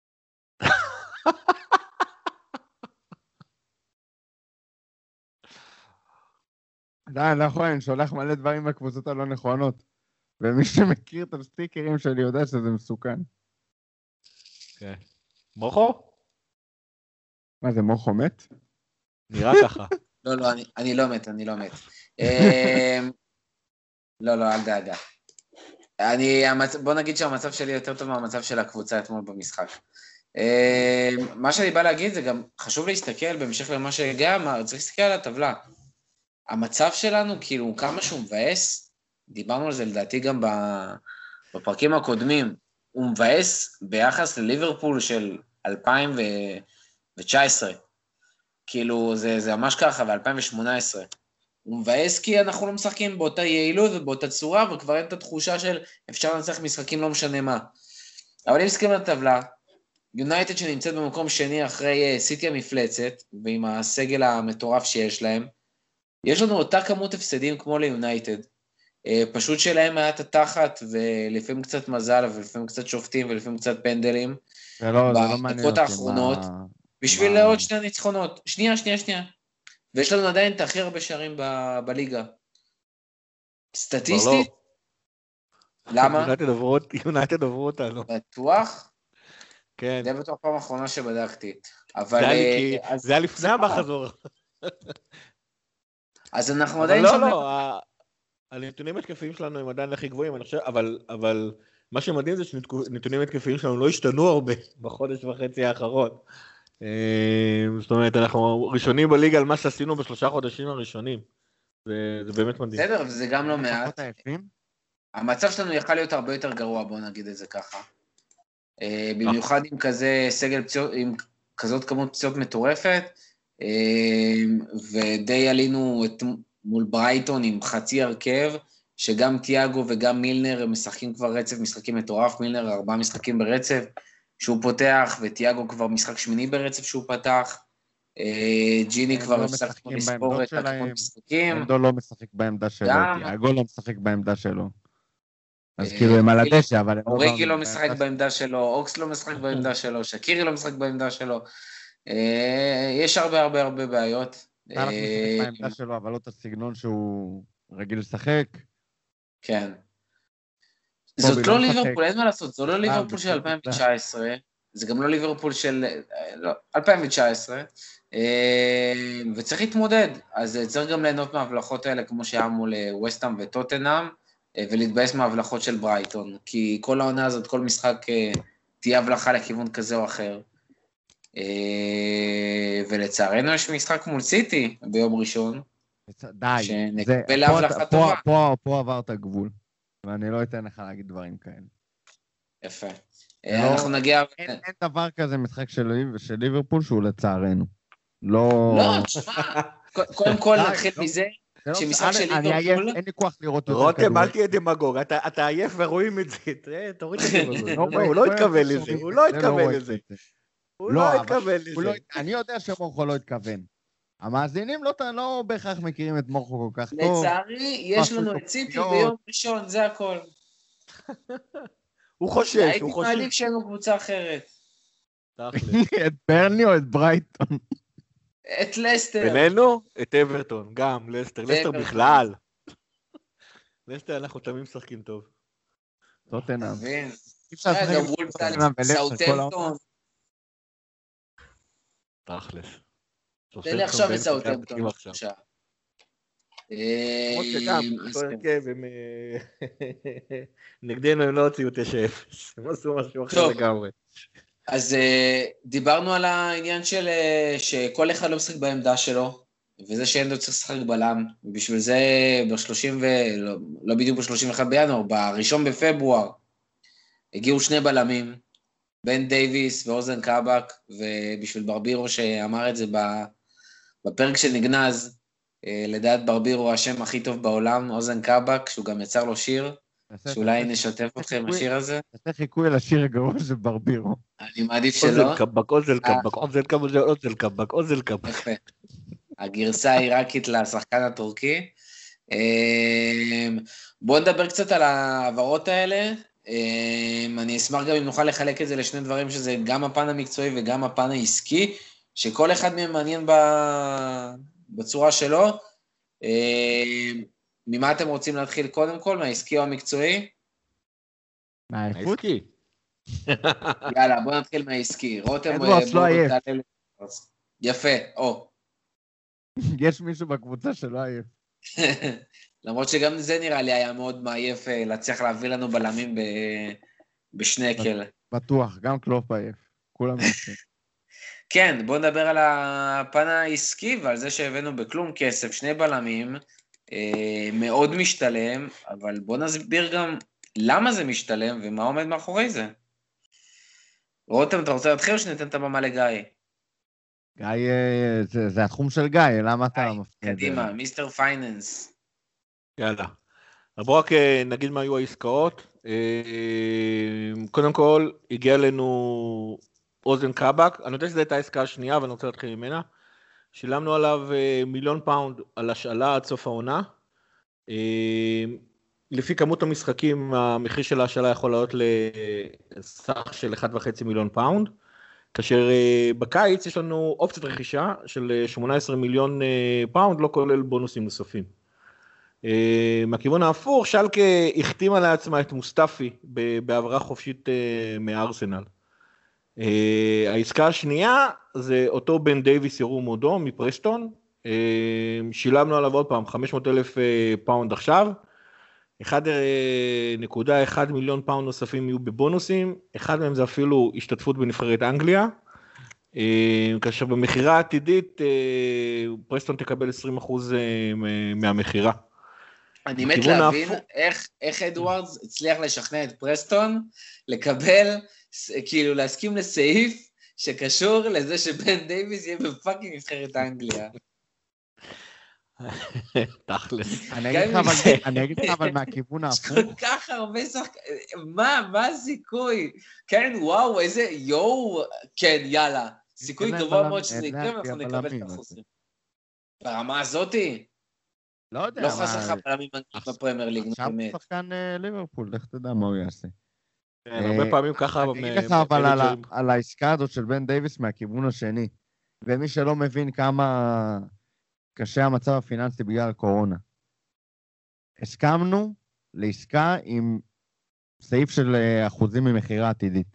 די, אני לא יכול, אני שולח מלא דברים בקבוצות הלא נכונות. ומי שמכיר את הסטיקרים שלי יודע שזה מסוכן. כן. מוחו? מה זה, מוחו מת? נראה ככה. לא, לא, אני, אני לא מת, אני לא מת. לא, לא, אל דאגה. אני, המצ... בוא נגיד שהמצב שלי יותר טוב מהמצב של הקבוצה אתמול במשחק. מה שאני בא להגיד זה גם חשוב להסתכל, בהמשך למה שהגע אמר, צריך להסתכל על הטבלה. המצב שלנו, כאילו, כמה שהוא מבאס, דיברנו על זה לדעתי גם בפרקים הקודמים, הוא מבאס ביחס לליברפול של אלפיים תשע עשרה. כאילו, זה, זה ממש ככה, ב-אלפיים שמונה עשרה. הוא מבאס כי אנחנו לא משחקים באותה יעילות ובאותה צורה, וכבר אין את התחושה של אפשר לנצח משחקים לא משנה מה. אבל אם מסכים לטבלה, יונייטד שנמצאת במקום שני אחרי סיטי המפלצת, ועם הסגל המטורף שיש להם, יש לנו אותה כמות הפסדים כמו ליונייטד. פשוט שלהם היה את התחת, ולפעמים קצת מזל, ולפעמים קצת שופטים, ולפעמים קצת פנדלים. זה לא, זה לא מעניין בדקות האחרונות, בשביל לעוד שני ניצחונות. שנייה, שנייה, שנייה. ויש לנו עדיין את הכי הרבה שערים ב- בליגה. סטטיסטית? למה? יונייטד עברו אותנו. בטוח? כן. זה בטוח פעם האחרונה שבדקתי. אבל... זה היה לפני המחזור. אז אנחנו עדיין... אבל לא, לא, הנתונים התקפיים שלנו הם עדיין הכי גבוהים, אני חושב, אבל, אבל מה שמדהים זה שנתונים התקפיים שלנו לא השתנו הרבה בחודש וחצי האחרון. זאת אומרת, אנחנו ראשונים בליגה על מה שעשינו בשלושה חודשים הראשונים. זה, זה באמת מדהים. בסדר, וזה גם לא מעט. המצב שלנו יכל להיות הרבה יותר גרוע, בואו נגיד את זה ככה. במיוחד עם כזה סגל פציעות, עם כזאת כמות פציעות מטורפת, ודי עלינו את, מול ברייטון עם חצי הרכב, שגם תיאגו וגם מילנר הם משחקים כבר רצף משחקים מטורף, מילנר ארבעה משחקים ברצף, שהוא פותח, ותיאגו כבר משחק שמיני ברצף שהוא פתח, ג'יני כבר הפסק כמו לספור את הכמות משחקים. אנדו לא משחק בעמדה שלו, תיאגו לא משחק בעמדה שלו. אז כאילו הם על הדשא, אבל... אוריגי לא משחק בעמדה שלו, אוקס לא משחק בעמדה שלו, שקירי לא משחק בעמדה שלו. יש הרבה הרבה הרבה בעיות. אתה משחק בעמדה שלו, אבל לא את הסגנון שהוא רגיל לשחק. כן. זאת לא ליברפול, אין מה לעשות, זו לא ליברפול של אלפיים תשע עשרה, זה גם לא ליברפול של אלפיים תשע עשרה, וצריך להתמודד, אז צריך גם ליהנות מההבלחות האלה, כמו שהיה מול ווסטהאם וטוטנהאם, ולהתבאס מההבלחות של ברייטון, כי כל העונה הזאת, כל משחק תהיה הבלחה לכיוון כזה או אחר, ולצערנו יש משחק מול סיטי ביום ראשון, די, שנקבל להבלחה טובה. פה עברת גבול. ואני לא אתן לך להגיד דברים כאלה. יפה. אנחנו נגיע... אין דבר כזה משחק של ליברפול שהוא לצערנו. לא... לא, תשמע. קודם כל נתחיל מזה, שמשחק של ליברפול... אין לי כוח לראות יותר כדורגל. רותם, אל תהיה דמגוג, אתה עייף ורואים את זה. תוריד את זה. הוא לא התכוון לזה, הוא לא התכוון לזה. הוא לא התכוון לזה. אני יודע שמורכו לא התכוון. המאזינים לא, לא בהכרח מכירים את מורכו כל כך טוב. לצערי, יש לנו את ציפי ביום ראשון, זה הכל. הוא חושש, הוא חושש. הייתי מעדיף שאנו קבוצה אחרת. את ברני או את ברייטון? את לסטר. בינינו, את אברטון, גם, לסטר. לסטר בכלל. לסטר אנחנו תמיד משחקים טוב. טוטנהאם. מבין. גם וולפסל, סאוטהמפטון. תכלס. תן לי עכשיו את סאוטהמפטון. נגדנו הם לא הוציאו תשע אפס, הם עשו משהו אחר לגמרי. אז דיברנו על העניין של שכל אחד לא משחק בעמדה שלו, וזה שאנדו צריך לשחק בלם, ובשביל זה ב-שלושים ו... לא, לא בדיוק ב-שלושים ואחד בינואר, בראשון בפברואר, הגיעו שני בלמים, בן דייביס ואוזן קאבק, ובשביל ברבירו שאמר את זה בפרק של נגנז, לדעת ברבירו השם הכי טוב בעולם, אוזן קאבק, שהוא גם יצר לו שיר, שאולי נשתף אתכם השיר הזה. אתה חיקוי על השיר הגרוע של ברבירו. אני מעדיף שלא. אוזן קאבק, אוזן קאבק, אוזן קאבק, אוזן קאבק, אוזן קאבק. יפה. הגרסה העיראקית לשחקן הטורקי. בואו נדבר קצת על העברות האלה. אני אשמח גם אם נוכל לחלק את זה לשני דברים, שזה גם הפן המקצועי וגם הפן העסקי, שכל אחד מהם מעניין בצורה שלו. ממה אתם רוצים להתחיל קודם כל, מהעסקי או המקצועי? מהעסקי. יאללה, בואו נתחיל מהעסקי. רותם, אדוורדס לא עייף. יפה, או. יש מישהו בקבוצה שלא עייף. למרות שגם זה נראה לי היה מאוד מעייף להצליח להביא לנו בלמים בשנקל. בטוח, גם קלופ עייף. כולם עייפים. כן, בואו נדבר על הפן העסקי ועל זה שהבאנו בכלום כסף, שני בלמים, מאוד משתלם, אבל בואו נסביר גם למה זה משתלם ומה עומד מאחורי זה. רותם, אתה רוצה להתחיל או שניתן את הבמה לגיא? גיא, זה, זה התחום של גיא, למה אתה מפתיע? קדימה, מיסטר פייננס. יאללה. אז בואו רק נגיד מה היו העסקאות. קודם כל, הגיע לנו אוזן קאבק, אני יודע שזו הייתה העסקה השנייה, אבל אני רוצה להתחיל ממנה. שילמנו עליו מיליון פאונד על השאלה עד סוף העונה. לפי כמות המשחקים, המחיר של ההשאלה יכול לעלות לסך של אחד וחצי מיליון פאונד. כאשר בקיץ יש לנו אופציית רכישה של שמונה עשרה מיליון פאונד, לא כולל בונוסים נוספים. מהכיוון ההפוך, שלקה החתימה לעצמה את מוסטפי בעברה חופשית מארסנל. העסקה השנייה זה אותו בן דייביס ירום מודו מפרסטון, שילמנו עליו עוד פעם חמש מאות אלף פאונד עכשיו, אחד נקודה אחד מיליון פאונד נוספים יהיו בבונוסים, אחד מהם זה אפילו השתתפות בנבחרת אנגליה, כאשר במחירה העתידית פרסטון תקבל עשרים אחוז מהמחירה. אני מת להבין איך, איך אדוארדס הצליח לשכנע את פרסטון לקבל, כאילו להסכים לסעיף שקשור לזה שבן דייביס יהיה בפאקינג נבחרת אנגליה. תכלס. אני אגיד לך אבל מהכיוון ההפוך. יש כל כך הרבה שחקנים, מה, מה הסיכוי? כן, וואו, איזה יואו, כן, יאללה. סיכוי גבוה מאוד שזה יקרה, ואנחנו נקבל את החוזרים. ברמה הזאתי? לא יודע. לא חסר לך בלמים בפרמייר ליג, עכשיו הוא שחקן ליברפול, לך תדע מה הוא יעשה. הרבה פעמים ככה... אני אגיד לך אבל על העסקה הזאת של בן דייביס מהכיוון השני, ומי שלא מבין כמה קשה המצב הפיננסי בגלל הקורונה. הסכמנו לעסקה עם סעיף של אחוזים ממחירה עתידית.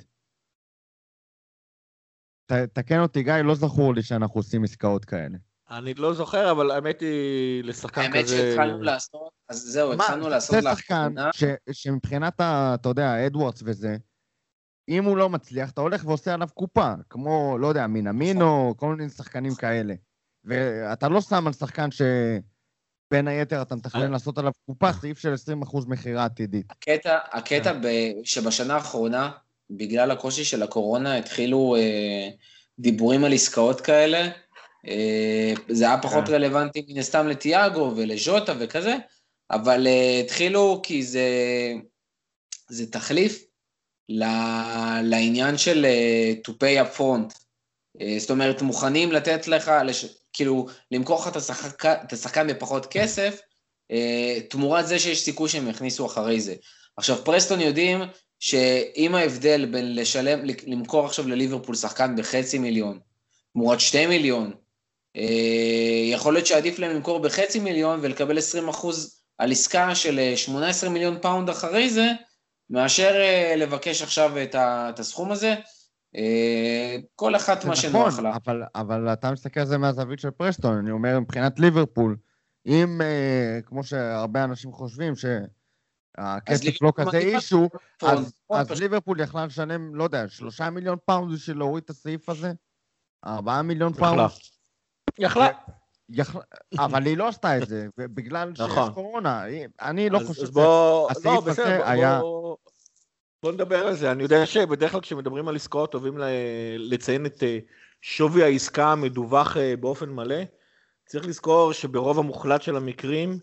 תקן אותי גיא, לא זכור לי שאנחנו עושים עסקאות כאלה. אני לא זוכר, אבל האמת היא לשחקן כזה... האמת שהתחלנו לעשות, אז זהו, התחלנו לעשות לאחרונה. זה שחקן שמבחינת, אתה יודע, אדוורדס וזה, אם הוא לא מצליח, אתה הולך ועושה עליו קופה, כמו, לא יודע, מינמינו, כל מיני שחקנים כאלה. ואתה לא שם על שחקן שבין היתר אתה מתכנן לעשות עליו קופה, סעיף של עשרים אחוז מחירה עתידית. הקטע, הקטע שבשנה האחרונה, בגלל הקושי של הקורונה, התחילו דיבורים על עסקאות כאלה, זה היה פחות רלוונטי מן הסתם לטיאגו ולז'וטה וכזה, אבל התחילו כי זה, זה תחליף לעניין של to pay up front. זאת אומרת, מוכנים לתת לך, כאילו, למכור לך את השחקן בפחות כסף, תמורת זה שיש סיכוי שהם יכניסו אחרי זה. עכשיו, פרסטון יודעים שאם ההבדל בין לשלם, למכור עכשיו לליברפול שחקן בחצי מיליון, תמורת שתי מיליון, יכול להיות שעדיף להם למכור בחצי מיליון ולקבל עשרים אחוז על עסקה של שמונה עשרה מיליון פאונד אחרי זה, מאשר לבקש עכשיו את הסכום הזה, כל אחת מה שנוח לה. אבל, אבל אתה מסתכל על זה מהזווית של פרסטון, אני אומר מבחינת ליברפול, אם, כמו שהרבה אנשים חושבים, שהכסף לא כזה אישו, אז, אז ליברפול יכלה לשלם, לא יודע, שלושה מיליון פאונד בשביל להוריד את הסעיף הזה? ארבעה מיליון פאונד? יכלה. יכול... אבל היא לא עשתה את זה, בגלל שיש נכון. קורונה. אני לא אז, חושב אז בוא... שהסעיף לא, בסדר, הזה בוא, היה... בוא... בוא נדבר על זה. אני יודע שבדרך כלל כשמדברים על עסקאות, אוהבים לציין את שווי העסקה המדווח באופן מלא. צריך לזכור שברוב המוחלט של המקרים,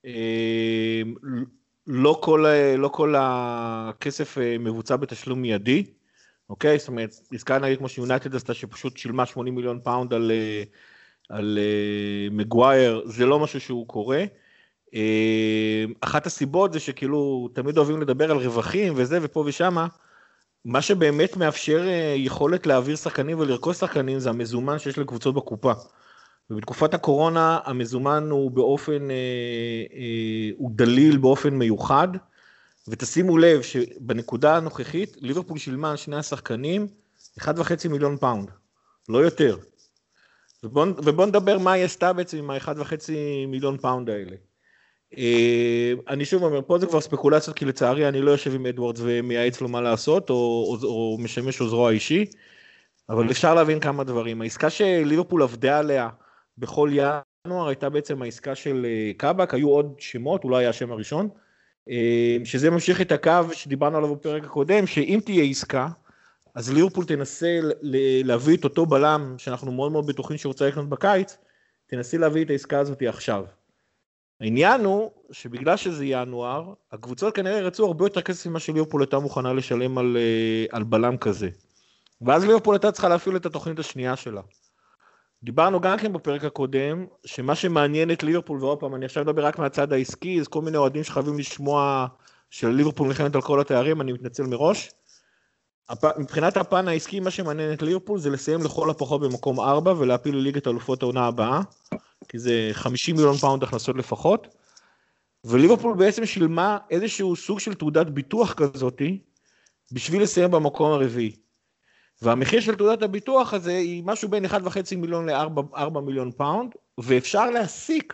לא כל, לא כל הכסף מבוצע בתשלום מיידי, אוקיי? זאת אומרת, עסקה נגיד כמו שיונייטד עשתה שפשוט שילמה שמונים מיליון פאונד על, על מגווייר, זה לא משהו שהוא קורה. אחת הסיבות זה שכאילו תמיד אוהבים לדבר על רווחים וזה ופה ושמה, מה שבאמת מאפשר יכולת להעביר שחקנים ולרכוש שחקנים זה המזומן שיש לקבוצות בקופה. ובתקופת הקורונה המזומן הוא באופן, הוא דליל באופן מיוחד, ותשימו לב שבנקודה הנוכחית ליברפול שילמה על שני השחקנים אחד וחצי מיליון פאונד, לא יותר. ובוא, ובוא נדבר מה היא עשתה בעצם עם ה-אחד וחצי מיליון פאונד האלה. אני שוב אומר, פה זה כבר ספקולציות, כי לצערי אני לא יושב עם אדוורדס ומייעץ לו מה לעשות, או, או, או משמש עוזרו האישי, אבל אפשר להבין כמה דברים. העסקה שליברפול עבדה עליה בכל ינואר הייתה בעצם העסקה של קאבק, היו עוד שמות, אולי היה השם הראשון, שזה ממשיך את הקו שדיברנו עליו בפרק הקודם, שאם תהיה עסקה, אז ליברפול תנסה להביא את אותו בלם, שאנחנו מאוד מאוד בטוחים שרוצה לקנות בקיץ, תנסי להביא את העסקה הזאת עכשיו. העניין הוא שבגלל שזה ינואר, הקבוצות כנראה רצו הרבה יותר כסף ממה שליברפול הייתה מוכנה לשלם על, על בלם כזה. ואז ליברפול הייתה צריכה להפעיל את התוכנית השנייה שלה. דיברנו גם כן בפרק הקודם, שמה שמעניין את ליברפול, ועוד פעם, אני עכשיו מדבר רק מהצד העסקי, אז כל מיני אוהדים שחייבים לשמוע של ליברפול נלחמת על כל התארים, אני מתנצל מראש. מבחינת הפן העסקי, מה שמעניין את ליברפול זה לסיים לכל הפחות במקום ארבע, ולהפיל לליגת אלופות העונה הבאה, כי זה חמישים מיליון פאונד הכנסות לפחות, וליברפול בעצם שילמה איזשהו סוג של תעודת ביטוח כזאת, בשביל לסיים במקום הרביעי. והמחיר של תעודת הביטוח הזה היא משהו בין אחד וחצי מיליון ל-ארבע מיליון פאונד, ואפשר להסיק,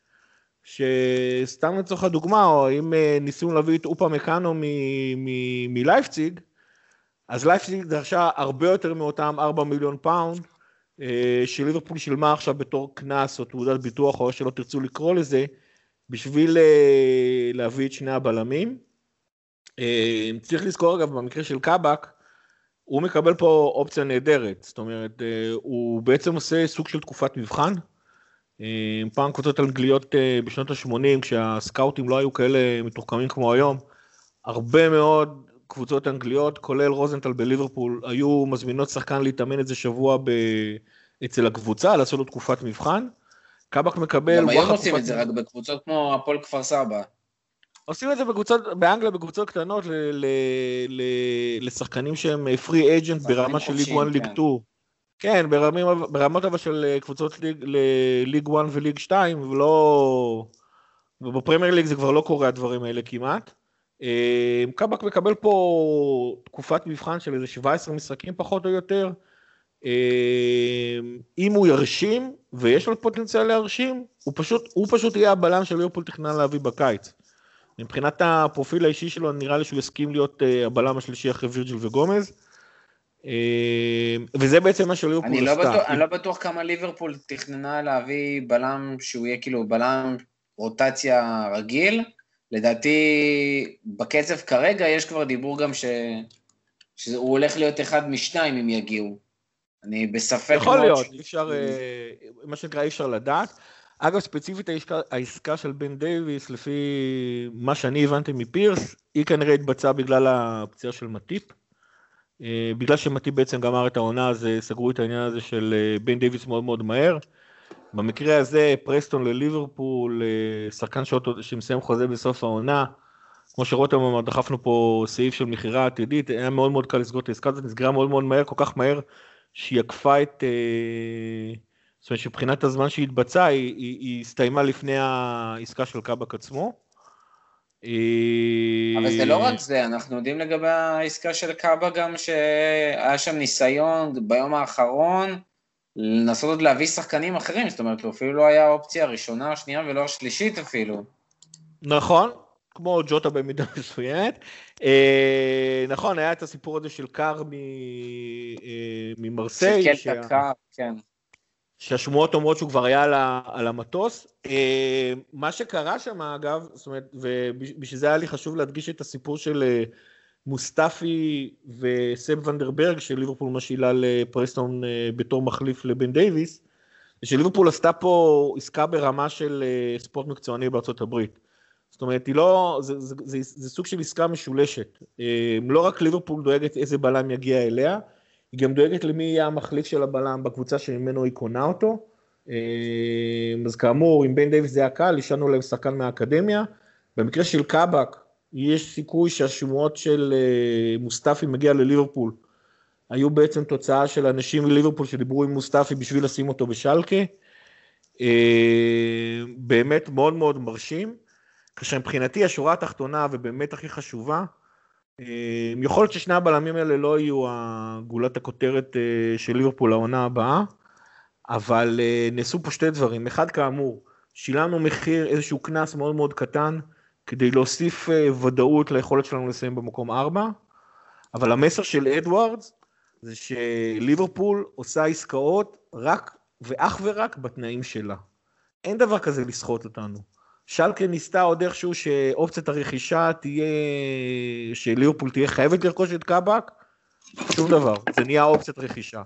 שסתם לצורך הדוגמה, או אם ניסינו להביא את אופה מקאנו מלייפציג, אז לייפציג דרשה הרבה יותר מאותם ארבע מיליון פאונד, שליברפול שילמה עכשיו בתור כנס או תעודת ביטוח, או שלא תרצו לקרוא לזה, בשביל להביא את שני הבלמים. צריך לזכור אגב, במקרה של קאבק, הוא מקבל פה אופציה נהדרת, זאת אומרת, הוא בעצם עושה סוג של תקופת מבחן, פעם קבוצות אנגליות בשנות ה-שמונים, כשהסקאוטים לא היו כאלה מתוחכמים כמו היום, הרבה מאוד קבוצות אנגליות, כולל רוזנטל בליברפול, היו מזמינות שחקן להתאמן איזה שבוע ב... אצל הקבוצה, לעשות לו תקופת מבחן, קאבק מקבל... גם היום עושים את זה רק בקבוצות כמו הפועל כפר סבא. עושים את זה בקבוצות, באנגליה בקבוצות קטנות, ל, ל, ל, לשחקנים שהם פרי אייג'נט ברמה של ליג אחת, ליג שתיים. כן, ברמים, ברמות אבל של קבוצות ליג, ליג אחת וליג שתיים, ולא... ובפרמייר ליג זה כבר לא קורה הדברים האלה כמעט. קאבק מקבל פה תקופת מבחן של איזה שבעה עשר משחקים פחות או יותר. אם הוא ירשים, ויש לו פוטנציאל להרשים, הוא פשוט, הוא פשוט יהיה הבלם של ליברפול תכנן להביא בקיץ. מבחינת הפרופיל האישי שלו, נראה לי שהוא יסכים להיות הבלם השלישי אחרי וירג'יל וגומז, וזה בעצם מה שליברפול אני עשתה. לא בטוח, אני לא בטוח כמה ליברפול תכננה להביא בלם שהוא יהיה כאילו בלם רוטציה רגיל, לדעתי בקצב כרגע יש כבר דיבור גם ש... שהוא הולך להיות אחד משניים אם יגיעו. אני בספק מאוד... יכול להיות, אי אפשר, מה שנקרא אי אפשר לדעת. אגב, ספציפית העסקה, העסקה של בן דייביס, לפי מה שאני הבנתי מפירס, היא כנראה התבצעה בגלל הפציעה של מטיפ. בגלל שמטיפ בעצם גמר את העונה, אז סגרו את העניין הזה של בן דייביס מאוד מאוד מהר. במקרה הזה, פרסטון לליברפול, שחקן שמסיים חוזה בסוף העונה, כמו שרותם אמר, דחפנו פה סעיף של מחירה עתידית, היה מאוד מאוד קל לסגור את העסקה הזאת, נסגרה מאוד מאוד מהר, כל כך מהר, שהיא עקפה את... זאת אומרת שבחינת הזמן שהיא התבצעה, היא, היא, היא הסתיימה לפני העסקה של קאבק עצמו. אבל זה לא רק זה, אנחנו יודעים לגבי העסקה של קאבק גם שהיה שם ניסיון ביום האחרון, לנסות עוד להביא שחקנים אחרים, זאת אומרת, אפילו לא היה האופציה הראשונה, השנייה ולא השלישית אפילו. נכון, כמו ג'וטה במידה מסוימת. נכון, היה את הסיפור הזה של קאר ממרסיי. של קלטה קאר, כן. שהשמועות אומרות שהוא כבר היה על, ה, על המטוס. מה שקרה שם, אגב, זאת אומרת, ובשביל זה היה לי חשוב להדגיש את הסיפור של מוסטפי וסב ונדרברג, שליברפול משאילה לפרסטון בתור מחליף לבן דייביס, שליברפול עשתה פה עסקה ברמה של ספורט מקצועני בארצות הברית. זאת אומרת, היא לא, זה, זה, זה, זה סוג של עסקה משולשת. לא רק ליברפול דואגת איזה בלם יגיע אליה, היא גם דואגת למי יהיה המחליף של הבלם בקבוצה שממנו היא קונה אותו. אז כאמור, אם בן דייביס זה היה קל, השארנו להם שחקן מהאקדמיה. במקרה של קאבק, יש סיכוי שהשמועות של מוסטפי מגיע לליברפול, היו בעצם תוצאה של אנשים לליברפול שדיברו עם מוסטפי בשביל לשים אותו בשלקה. באמת מאוד מאוד מרשים. כאשר מבחינתי השורה התחתונה ובאמת הכי חשובה, יכול להיות ששני הבלמים האלה לא יהיו גולת הכותרת של ליברפול העונה הבאה, אבל נעשו פה שתי דברים. אחד, כאמור, שילמנו מחיר, איזשהו כנס מאוד מאוד קטן, כדי להוסיף ודאות ליכולת שלנו לסיים במקום ארבע, אבל המסר של אדוארדס, זה שליברפול עושה עסקאות רק ואך ורק בתנאים שלה. אין דבר כזה לסחוט אותנו. שלקה ניסתה עוד איכשהו שאופציית הרכישה תהיה, שליברפול תהיה חייבת לרכוש את קאבק, שום דבר, זה נהיה אופציית רכישה.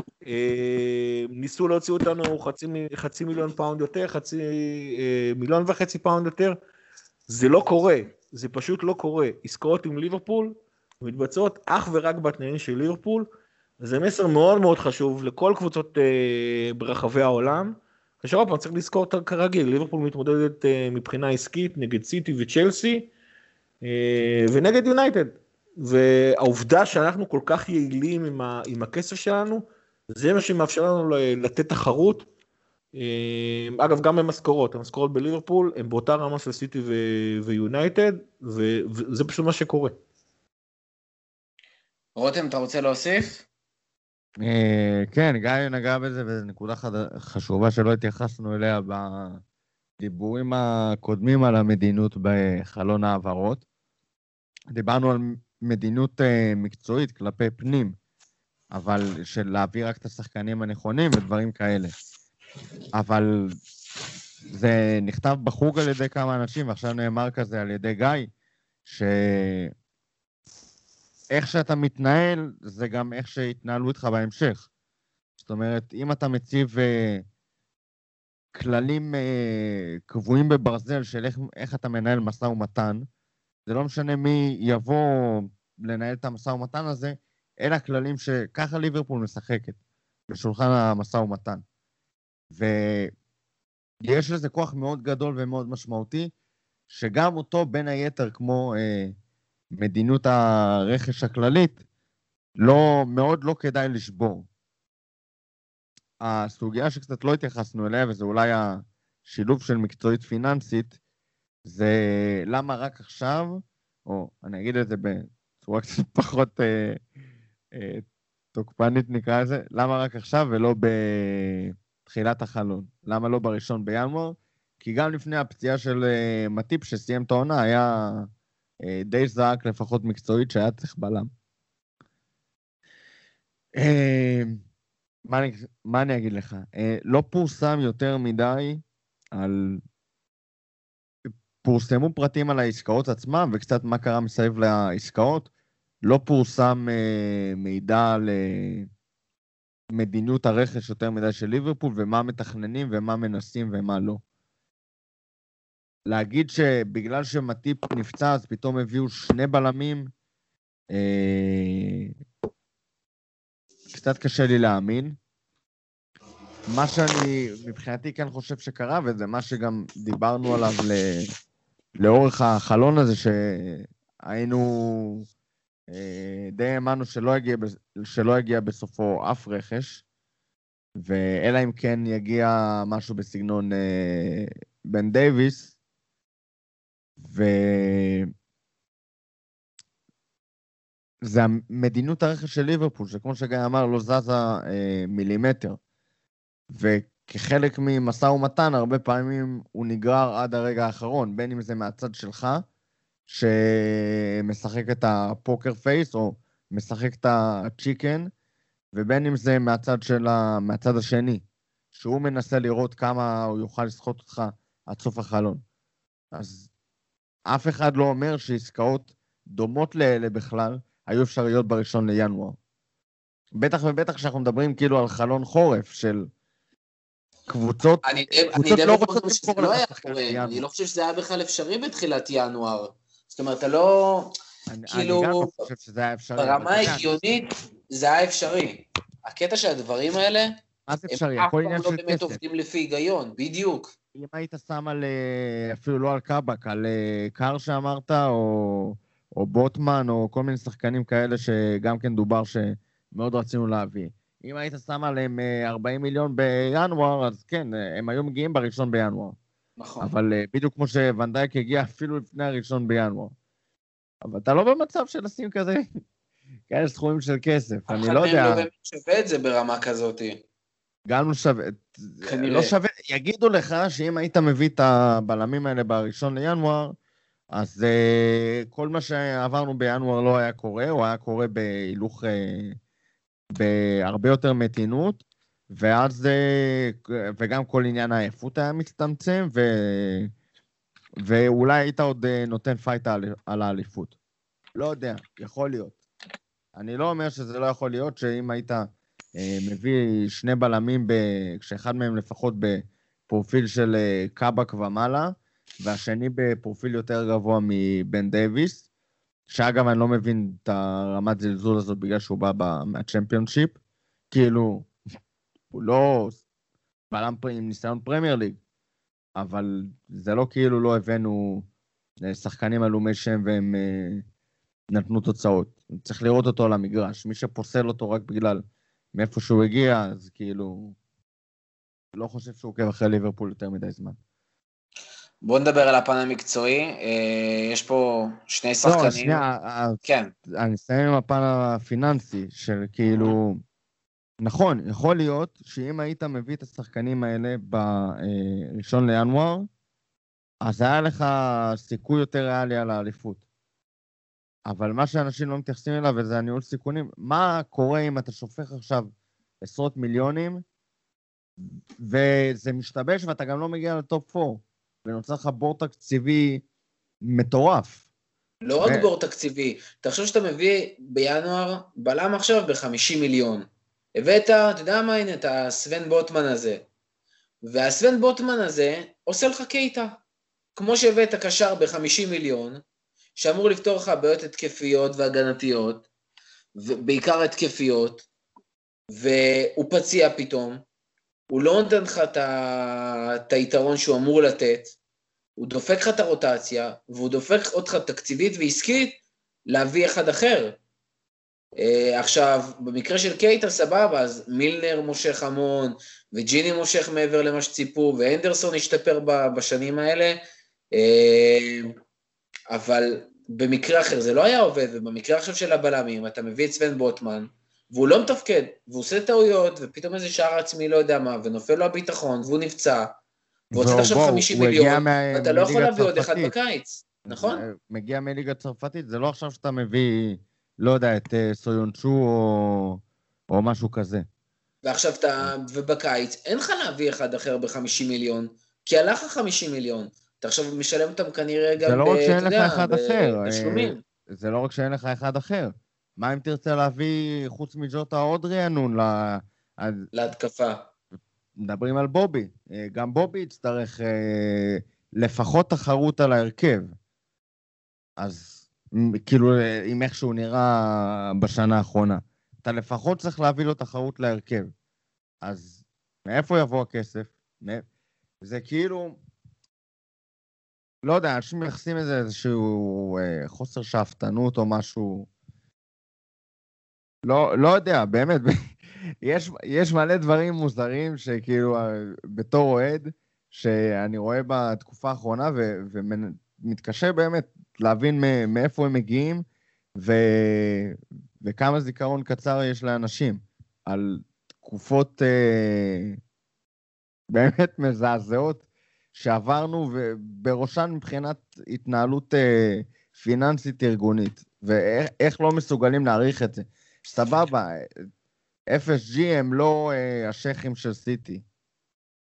ניסו להוציא אותנו חצי, חצי מיליון פאונד יותר, חצי מיליון וחצי פאונד יותר, זה לא קורה, זה פשוט לא קורה. עסקאות עם ליברפול מתבצעות אך ורק בתנאים של ליברפול, זה מסר מאוד מאוד חשוב לכל קבוצות ברחבי העולם, כאשר עוד פעם צריך לזכור כרגיל, ליברפול מתמודדת מבחינה עסקית נגד סיטי וצ'לסי, ונגד יונייטד, והעובדה שאנחנו כל כך יעילים עם, ה, עם הכסף שלנו, זה מה שמאפשר לנו לתת תחרות, אגב גם במשכורות, המשכורות בליברפול הן באותה רמה של סיטי ויונייטד, וזה פשוט מה שקורה. רותם, אתה רוצה להוסיף? כן, גיא נגע בזה, וזו נקודה חשובה שלא התייחסנו אליה בדיבורים הקודמים על המדינות בחלון העברות. דיברנו על מדינות מקצועית כלפי פנים, אבל של להביא רק את השחקנים הנכונים ודברים כאלה. אבל זה נכתב בחוג על ידי כמה אנשים, ועכשיו נאמר כזה על ידי גיא, ש... איך שאתה מתנהל, זה גם איך שהתנהלו איתך בהמשך. זאת אומרת, אם אתה מציב uh, כללים uh, קבועים בברזל של איך, איך אתה מנהל מסע ומתן, זה לא משנה מי יבוא לנהל את המסע ומתן הזה, אלה הכללים שככה ליברפול משחקת בשולחן המסע ומתן. ויש לזה כוח מאוד גדול ומאוד משמעותי, שגם אותו בין היתר כמו... Uh, מדינות הרכש הכללית, לא, מאוד לא כדאי לשבור. הסוגיה שקצת לא התייחסנו אליה, וזה אולי השילוב של מקצועית פיננסית, זה למה רק עכשיו, או אני אגיד את זה בצורה קצת פחות אה, אה, תוקפנית נקרא לזה, למה רק עכשיו ולא בתחילת החלון? למה לא בראשון בינואר? כי גם לפני הפציעה של אה, מטיפ שסיים את העונה, היה... די זעק לפחות מקצועית שהיה צריך בלם. מה אני, מה אני אגיד לך? לא פורסם יותר מדי על... פורסמו פרטים על העסקאות עצמם וקצת מה קרה מסביב לעסקאות. לא פורסם מידע על מדיניות הרכש יותר מדי של ליברפול ומה מתכננים ומה מנסים ומה לא. להגיד שבגלל שמטיפ נפצע, אז פתאום הביאו שני בלמים, אה, קצת קשה לי להאמין. מה שאני מבחינתי כן חושב שקרה, וזה מה שגם דיברנו עליו ל, לאורך החלון הזה, שהיינו אה, די האמנו שלא יגיע, שלא יגיע בסופו אף רכש, ואלא אם כן יגיע משהו בסגנון אה, בן דייביס, וזה המדינות הרכש של ליברפול, שכמו שגיא אמר, לא זזה אה, מילימטר. וכחלק ממסע ומתן, הרבה פעמים הוא נגרר עד הרגע האחרון, בין אם זה מהצד שלך, שמשחק את הפוקר פייס, או משחק את הצ'יקן, ובין אם זה מהצד, של ה... מהצד השני, שהוא מנסה לראות כמה הוא יוכל לסחוט אותך עד סוף החלון. אז אף אחד לא אומר שעסקאות דומות לאלה בכלל, היו אפשריות בראשון לינואר. בטח ובטח שאנחנו מדברים כאילו על חלון חורף של קבוצות, אני קבוצות די לא בטוח רוצות שזה למכור לא לך היה שחקן קורה, בינואר. אני לא חושב שזה היה בכלל אפשרי בתחילת ינואר. זאת אומרת, אתה לא, אני, כאילו, אני גם לא חושב שזה היה אפשרי. אבל ברמה אתה יודע, ההגיונית זה היה אפשרי. הקטע של הדברים האלה, מה זה הם אפשרי? אף הכל פעם עניין לא של באמת כסף. עובדים לפי היגיון, בדיוק. אם היית שם על, אה, אפילו לא על קאבק, על אה, קאר שאמרת, או, או בוטמן, או כל מיני שחקנים כאלה שגם כן דובר שמאוד רצינו להביא. אם היית שם עליהם אה, ארבעים מיליון בינואר, אז כן, אה, הם היו מגיעים בראשון בינואר. נכון. אבל אה, בדיוק כמו שוונדייק הגיע אפילו לפני הראשון בינואר. אבל אתה לא במצב של לשים כזה, כאלה סכומים של כסף, אני לא אף אחד יודע. מהם לא באמת שווה את זה ברמה כזאת. גם לא שווה, כנראה. לא שווה, יגידו לך שאם היית מביא את הבלמים האלה בראשון לינואר, אז uh, כל מה שעברנו בינואר לא היה קורה, הוא היה קורה בהילוך, uh, בהרבה יותר מתינות, ואז, uh, וגם כל עניין העייפות היה מצטמצם, ו, ואולי היית עוד uh, נותן פייט על, על האליפות. לא יודע, יכול להיות. אני לא אומר שזה לא יכול להיות, שאם היית מביא שני בלמים, כשאחד מהם לפחות בפרופיל של קאבק ומעלה, והשני בפרופיל יותר גבוה מבן דייביס, שאגב אני לא מבין את הרמת זלזול הזאת בגלל שהוא בא מהצ'מפיונשיפ, כאילו, הוא לא בלם עם ניסיון פרמייר ליג, אבל זה לא כאילו לא הבאנו שחקנים אלומי שם והם נתנו תוצאות. צריך לראות אותו על המגרש. מי שפוסל אותו רק בגלל מאיפה שהוא הגיע, אז כאילו, לא חושב שהוא עוקב אחרי ליברפול יותר מדי זמן. בואו נדבר על הפן המקצועי. יש פה שני שחקנים. לא, שנייה, כן. אני אסיים עם הפן הפיננסי, של כאילו, נכון, יכול להיות שאם היית מביא את השחקנים האלה בראשון לינואר, אז היה לך סיכוי יותר ריאלי על האליפות. אבל מה שאנשים לא מתייחסים אליו, וזה הניהול סיכונים, מה קורה אם אתה שופך עכשיו עשרות מיליונים, וזה משתבש ואתה גם לא מגיע לטופ ארבע, ונוצר לך בור תקציבי מטורף. לא רק בור תקציבי, תחשוב שאתה מביא בינואר בלם עכשיו ב-חמישים מיליון. הבאת, אתה יודע מה, הנה, את הסוון בוטמן הזה. והסוון בוטמן הזה עושה לך קייטה. כמו שהבאת קשר ב-חמישים מיליון, שאמור לפתור לך בעיות התקפיות והגנתיות, ובעיקר התקפיות, והוא פציע פתאום, הוא לא נותן לך את היתרון שהוא אמור לתת, הוא דופק לך את הרוטציה, והוא דופק אותך תקציבית ועסקית להביא אחד אחר. עכשיו, במקרה של קייטה סבבה, אז מילנר מושך המון, וג'יני מושך מעבר למה שציפו, ואנדרסון השתפר בשנים האלה, אבל במקרה אחר זה לא היה עובד, ובמקרה עכשיו של הבלמים, אתה מביא את סוון בוטמן, והוא לא מתפקד, והוא עושה טעויות, ופתאום איזה שער עצמי לא יודע מה, ונופל לו הביטחון, והוא נפצע, והוא הוצאת עכשיו חמישים מיליון, ואתה לא יכול להביא עוד אחד בקיץ, נכון? מגיע מליגה צרפתית, זה לא עכשיו שאתה מביא, לא יודע, את סויונצ'ו או, או משהו כזה. ועכשיו אתה, ובקיץ, אין לך להביא אחד אחר ב-חמישים מיליון, כי הלך ה-חמישים מיליון, אתה עכשיו משלם אותם כנראה גם, זה לא רק שאין לך אחד אחר, בתשלומים. זה לא רק שאין לך אחד אחר. מה אם תרצה להביא חוץ מג'וטה עוד רענון להתקפה? מדברים על בובי. גם בובי יצטרך לפחות תחרות על ההרכב. אז כאילו, עם איך שהוא נראה בשנה האחרונה. אתה לפחות צריך להביא לו תחרות להרכב. אז מאיפה יבוא הכסף? זה כאילו, לא יודע, אנשים מייחסים איזה איזשהו חוסר שאפתנות או משהו. לא, לא יודע, באמת, יש, יש מלא דברים מוזרים שכאילו, בתור אוהד, שאני רואה בתקופה האחרונה, ו, ומתקשה באמת להבין מאיפה הם מגיעים, ו, וכמה זיכרון קצר יש לאנשים, על תקופות אה, באמת מזעזעות שעברנו, ובראשן מבחינת התנהלות אה, פיננסית ארגונית, ואיך לא מסוגלים להעריך את זה. סבבה, אף אס ג'י הם לא אה, השייכים של סיטי,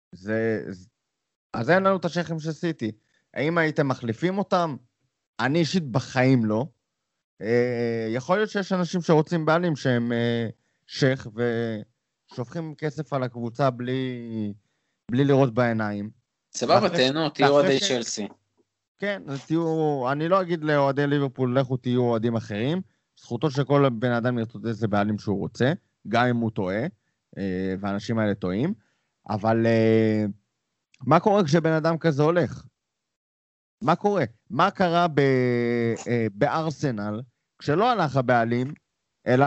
זה... אז אין לנו את השייכים של סיטי. האם הייתם מחליפים אותם? אני אישית בחיים לא. יכול להיות שיש אנשים שרוצים בעלים שהם שייך ושופכים כסף על הקבוצה בלי, בלי לראות בעיניים. סבבה, תהנו, תהיו אוהדי צ'לסי. כן, אז תהיו, אני לא אגיד לאוהדי ליברפול, לכו תהיו אוהדים אחרים. זכותו שכל בן אדם ירצות איזה בעלים שהוא רוצה, גם אם הוא טועה, והאנשים האלה טועים. אבל מה קורה כשבן אדם כזה הולך? מה קורה? מה קרה ב, אה, בארסנל, כשלא הלך הבעלים, אלא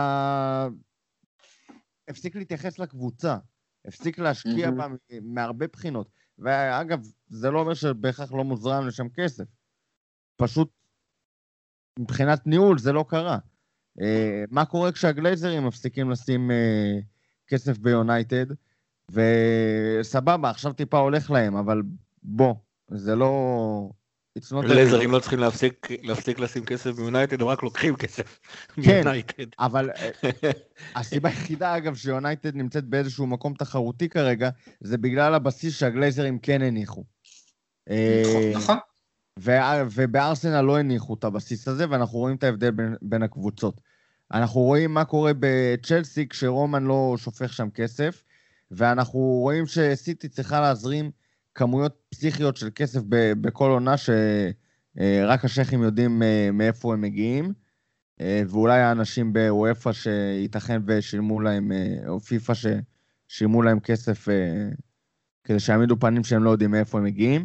הפסיק להתייחס לקבוצה, הפסיק להשקיע mm-hmm. בה מהרבה בחינות. ואגב, זה לא אומר שבהכרח לא מוזרם לשם כסף. פשוט, מבחינת ניהול, זה לא קרה. אה, מה קורה כשהגלייזרים מפסיקים לשים אה, כסף ביונייטד, וסבבה, עכשיו טיפה הולך להם, אבל בוא, זה לא... גלייזרים לא צריכים להפסיק, להפסיק לשים כסף ביונייטד, הם רק לוקחים כסף ביונייטד. אבל הסיבה היחידה, אגב, שיונייטד נמצאת באיזשהו מקום תחרותי כרגע, זה בגלל הבסיס שהגלייזרים כן הניחו. נכון. ובארסנל לא הניחו את הבסיס הזה, ואנחנו רואים את ההבדל בין, בין הקבוצות. אנחנו רואים מה קורה בצ'לסי כשרומן לא שופך שם כסף, ואנחנו רואים שסיטי צריכה להזרים כמויות פסיכיות של כסף בכל עונה, שרק השייכים יודעים מאיפה הם מגיעים, ואולי האנשים בוופא שייתכן ושילמו להם, או פיפה ששילמו להם כסף, כדי שיעמידו פנים שהם לא יודעים מאיפה הם מגיעים.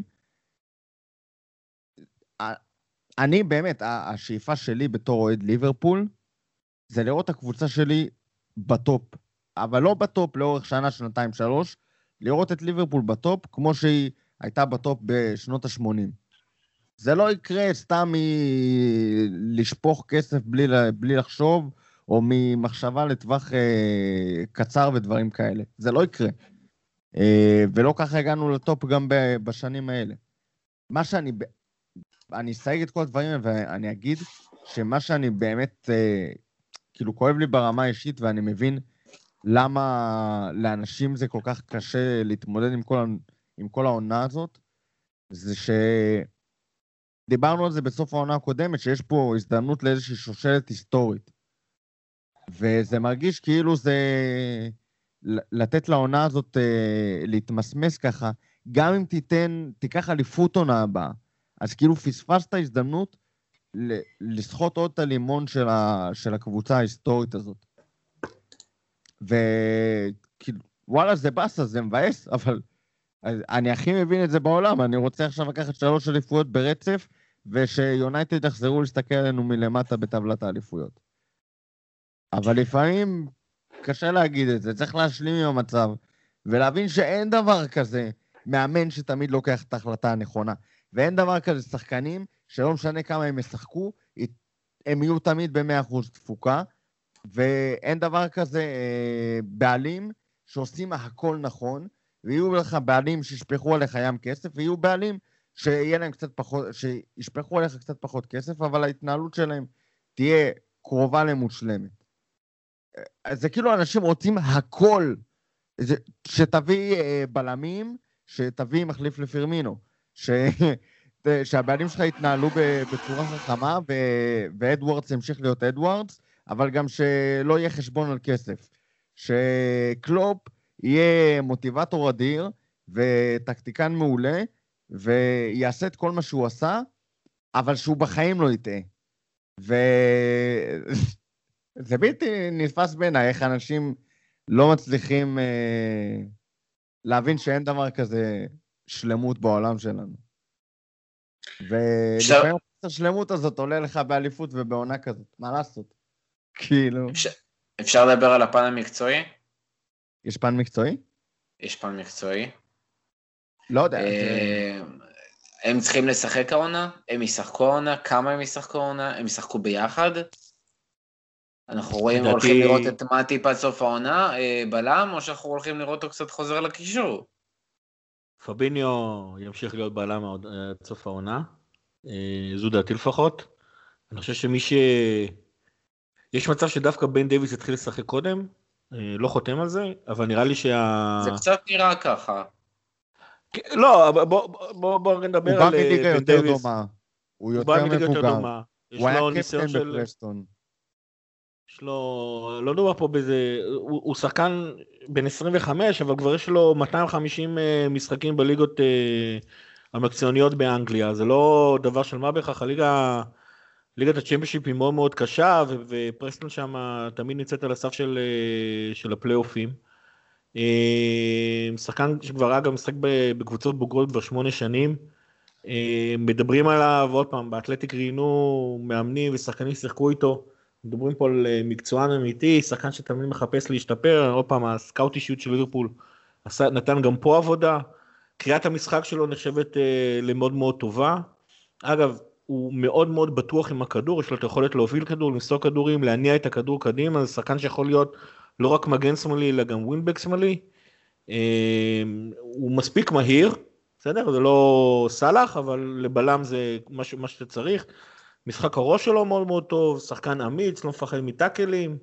אני באמת, השאיפה שלי בתור אוהד ליברפול, זה לראות את הקבוצה שלי בטופ, אבל לא בטופ לאורך שנה, שנתיים, שלוש, לראות את ליברפול בטופ, כמו שהיא הייתה בטופ בשנות ה-שמונים. זה לא יקרה סתם מלשפוך כסף בלי, בלי לחשוב, או ממחשבה לטווח אה, קצר ודברים כאלה. זה לא יקרה. אה, ולא ככה הגענו לטופ גם בשנים האלה. מה שאני, אני אסייג את כל הדברים, ואני אגיד שמה שאני באמת, אה, כאילו כואב לי ברמה האישית, ואני מבין, למה לאנשים זה כל כך קשה להתמודד עם כל, עם כל העונה הזאת, זה שדיברנו על זה בסוף העונה הקודמת, שיש פה הזדמנות לאיזושהי שושלת היסטורית. וזה מרגיש כאילו זה לתת לעונה הזאת להתמסמס ככה, גם אם תיתן, תיקח אליפות עונה הבאה, אז כאילו פספסת הזדמנות לסחוט עוד את הלימון של, ה, של הקבוצה ההיסטורית הזאת. וכאילו, וואלה, זה בסה, זה מבאס, אבל אני הכי מבין את זה בעולם. אני רוצה עכשיו לקחת שלוש אליפויות ברצף, ושיונייטד יחזרו להסתכל עלינו מלמטה בטבלת האליפויות. אבל לפעמים קשה להגיד את זה, צריך להשלים עם המצב, ולהבין שאין דבר כזה מאמן שתמיד לוקח את ההחלטה הנכונה, ואין דבר כזה שחקנים שלא משנה כמה הם ישחקו, הם יהיו תמיד ב-מאה אחוז תפוקה, ואין דבר כזה אה, בעלים שעושים הכל נכון, ויהיו לך בעלים שישפחו עליך ים כסף, ויהיו בעלים שיהיה להם קצת פחות, שישפחו עליך קצת פחות כסף, אבל ההתנהלות שלהם תהיה קרובה למושלמת. זה כאילו אנשים רוצים הכל, זה, שתביא אה, בלמים, שתביא מחליף לפירמינו, ש... שהבעלים שלך יתנהלו בצורה חכמה, ו... ואדוורדס ימשיך להיות אדוורדס, אבל גם שלא יהיה חשבון על כסף. שקלופ יהיה מוטיבטור אדיר, וטקטיקן מעולה, ויעשה את כל מה שהוא עשה, אבל שהוא בחיים לא יטעה. וזה בלתי נתפס בעיניי, איך אנשים לא מצליחים אה, להבין שאין דבר כזה שלמות בעולם שלנו. ולפעמים השלמות הזאת עולה לך באליפות ובעונה כזאת. מה לעשות? כאילו... אפשר לדבר על הפן המקצועי? יש פן מקצועי? יש פן מקצועי. לא יודע. הם צריכים לשחק העונה? הם ישחקו העונה? כמה הם ישחקו העונה? הם ישחקו ביחד? אנחנו רואים, הולכים לראות את מאטיפ עד סוף העונה, בלם, או שאנחנו הולכים לראות אותו קצת חוזר לקישור? פביניו ימשיך להיות בלם עד סוף העונה, זו דעתי לפחות. אני חושב שמי ש... יש מצב שדווקא בן דיוויס יתחיל לשחק קודם, לא חותם על זה, אבל נראה לי שה... זה קצת נראה ככה. לא, בואו נדבר על... הוא בא מליגה יותר דומה. הוא יותר מבוגר. הוא היה קפטן בפרסטון. יש לו, לא דובר פה בזה, הוא, הוא שחקן בן עשרים וחמש, אבל כבר יש לו מאתיים וחמישים משחקים בליגות המקצועניות באנגליה, זה לא דבר של מה בכך, הליגה, ליגת הצ'מפיונשיפ היא מאוד מאוד קשה, ו- ופרסטון שם תמיד נמצאת על הסף של, של הפלייאופים. שחקן שכבר אגב משחק בקבוצות בוגרות כבר שמונה שנים, מדברים עליו, עוד פעם, באתלטיק ראיינו מאמנים ושחקנים שיחקו איתו, מדברים פה על מקצוען אמיתי, שחקן שתמיד מחפש להשתפר, עוד פעם, הסקאוט אישיות של ליברפול נתן גם פה עבודה, קריאת המשחק שלו נחשבת למאוד מאוד טובה, אגב, הוא מאוד מאוד בטוח עם הכדור, יש לו את היכולת להוביל כדור, למסור כדורים, להניע את הכדור קדימה, זה שחקן שיכול להיות לא רק מגן שמאלי, אלא גם ווינבק שמאלי, הוא מספיק מהיר, בסדר? זה לא סלח, אבל לבלם זה מה, מה שאתה צריך, משחק הראש שלו מאוד מאוד טוב, שחקן אמיץ, לא מפחד מטאקלים,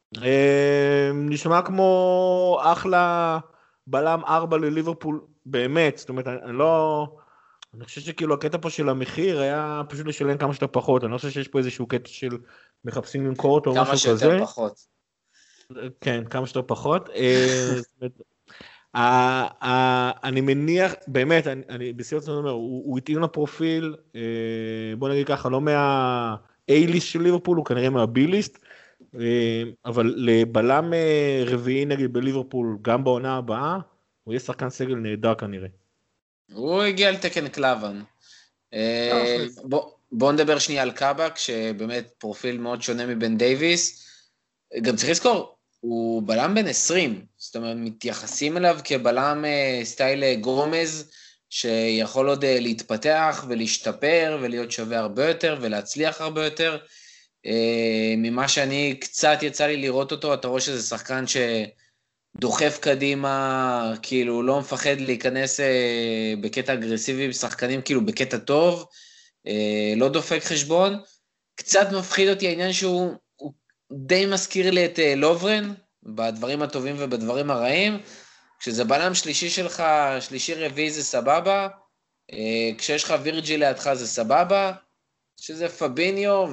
נשמע כמו אחלה בלם ארבע לליברפול, באמת, זאת אומרת, אני לא, אני חושב שכאילו הקטע פה של המחיר היה פשוט לשלם כמה שאתה פחות, אני לא חושב שיש פה איזשהו קטע של מחפשים למכור אותו או משהו כזה. כמה שיותר פחות. כן, כמה שיותר פחות. אני מניח, באמת, אני בסיום עצמם אומר, הוא התאים לפרופיל, בוא נגיד ככה, לא מה-A-ליסט של ליברפול, הוא כנראה מה-B-ליסט, אבל לבלם רביעי נגיד בליברפול, גם בעונה הבאה, הוא יהיה שחקן סגל נהדר כנראה. הוא הגיע לתקן קלאבן. בואו נדבר שנייה על קאבק, שבאמת פרופיל מאוד שונה מבן דייביס. גם צריך לזכור, הוא בלם בן עשרים, זאת אומרת, מתייחסים אליו כבלם סטייל גומז, שיכול עוד להתפתח ולהשתפר ולהיות שווה הרבה יותר ולהצליח הרבה יותר. ממה שאני קצת יצא לי לראות אותו, אתה רואה שזה שחקן שדוחף קדימה, כאילו לא מפחד להיכנס בקטע אגרסיבי בשחקנים, כאילו בקטע טוב, לא דופק חשבון. קצת מפחיד אותי העניין שהוא די מזכיר לי את לוברן, בדברים הטובים ובדברים הרעים. כשזה בלם שלישי שלך, שלישי רביעי זה סבבה, כשיש לך וירג'י לידך זה סבבה, שזה פביניו,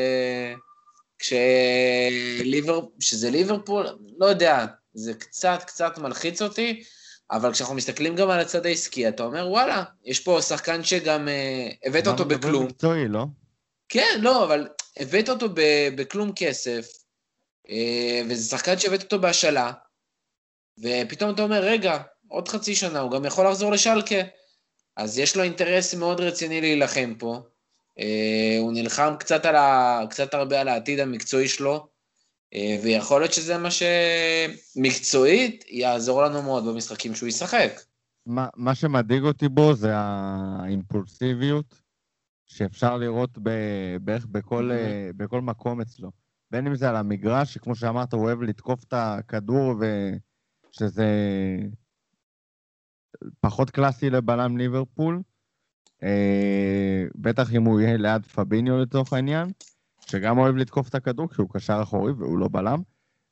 וכשזה ליברפול, לא יודע, זה קצת קצת מלחיץ אותי, אבל כשאנחנו מסתכלים גם על הצד העסקי, אתה אומר, וואלה, יש פה שחקן שגם הבאת אותו בכלום. מקצועי, לא? כן, לא, אבל הבאת אותו בכלום כסף, וזה שחקן שהבאת אותו בהשאלה, ופתאום אתה אומר, רגע, עוד חצי שנה, הוא גם יכול לחזור לשלקה, אז יש לו אינטרס מאוד רציני להילחם פה, הוא נלחם קצת, על ה... קצת הרבה על העתיד המקצועי שלו, ויכול להיות שזה מה שמקצועית יעזור לנו מאוד במשחקים שהוא ישחק. מה, מה שמדאיג אותי בו זה האימפולסיביות, שאפשר לראות בערך בכל, בכל מקום אצלו. בין אם זה על המגרש, שכמו שאמרת, הוא אוהב לתקוף את הכדור, ושזה פחות קלאסי לבלם ליברפול, בטח אם הוא יהיה ליד פביניו לצורך העניין, שגם אוהב לתקוף את הכדור, כי הוא קשר אחורי והוא לא בלם,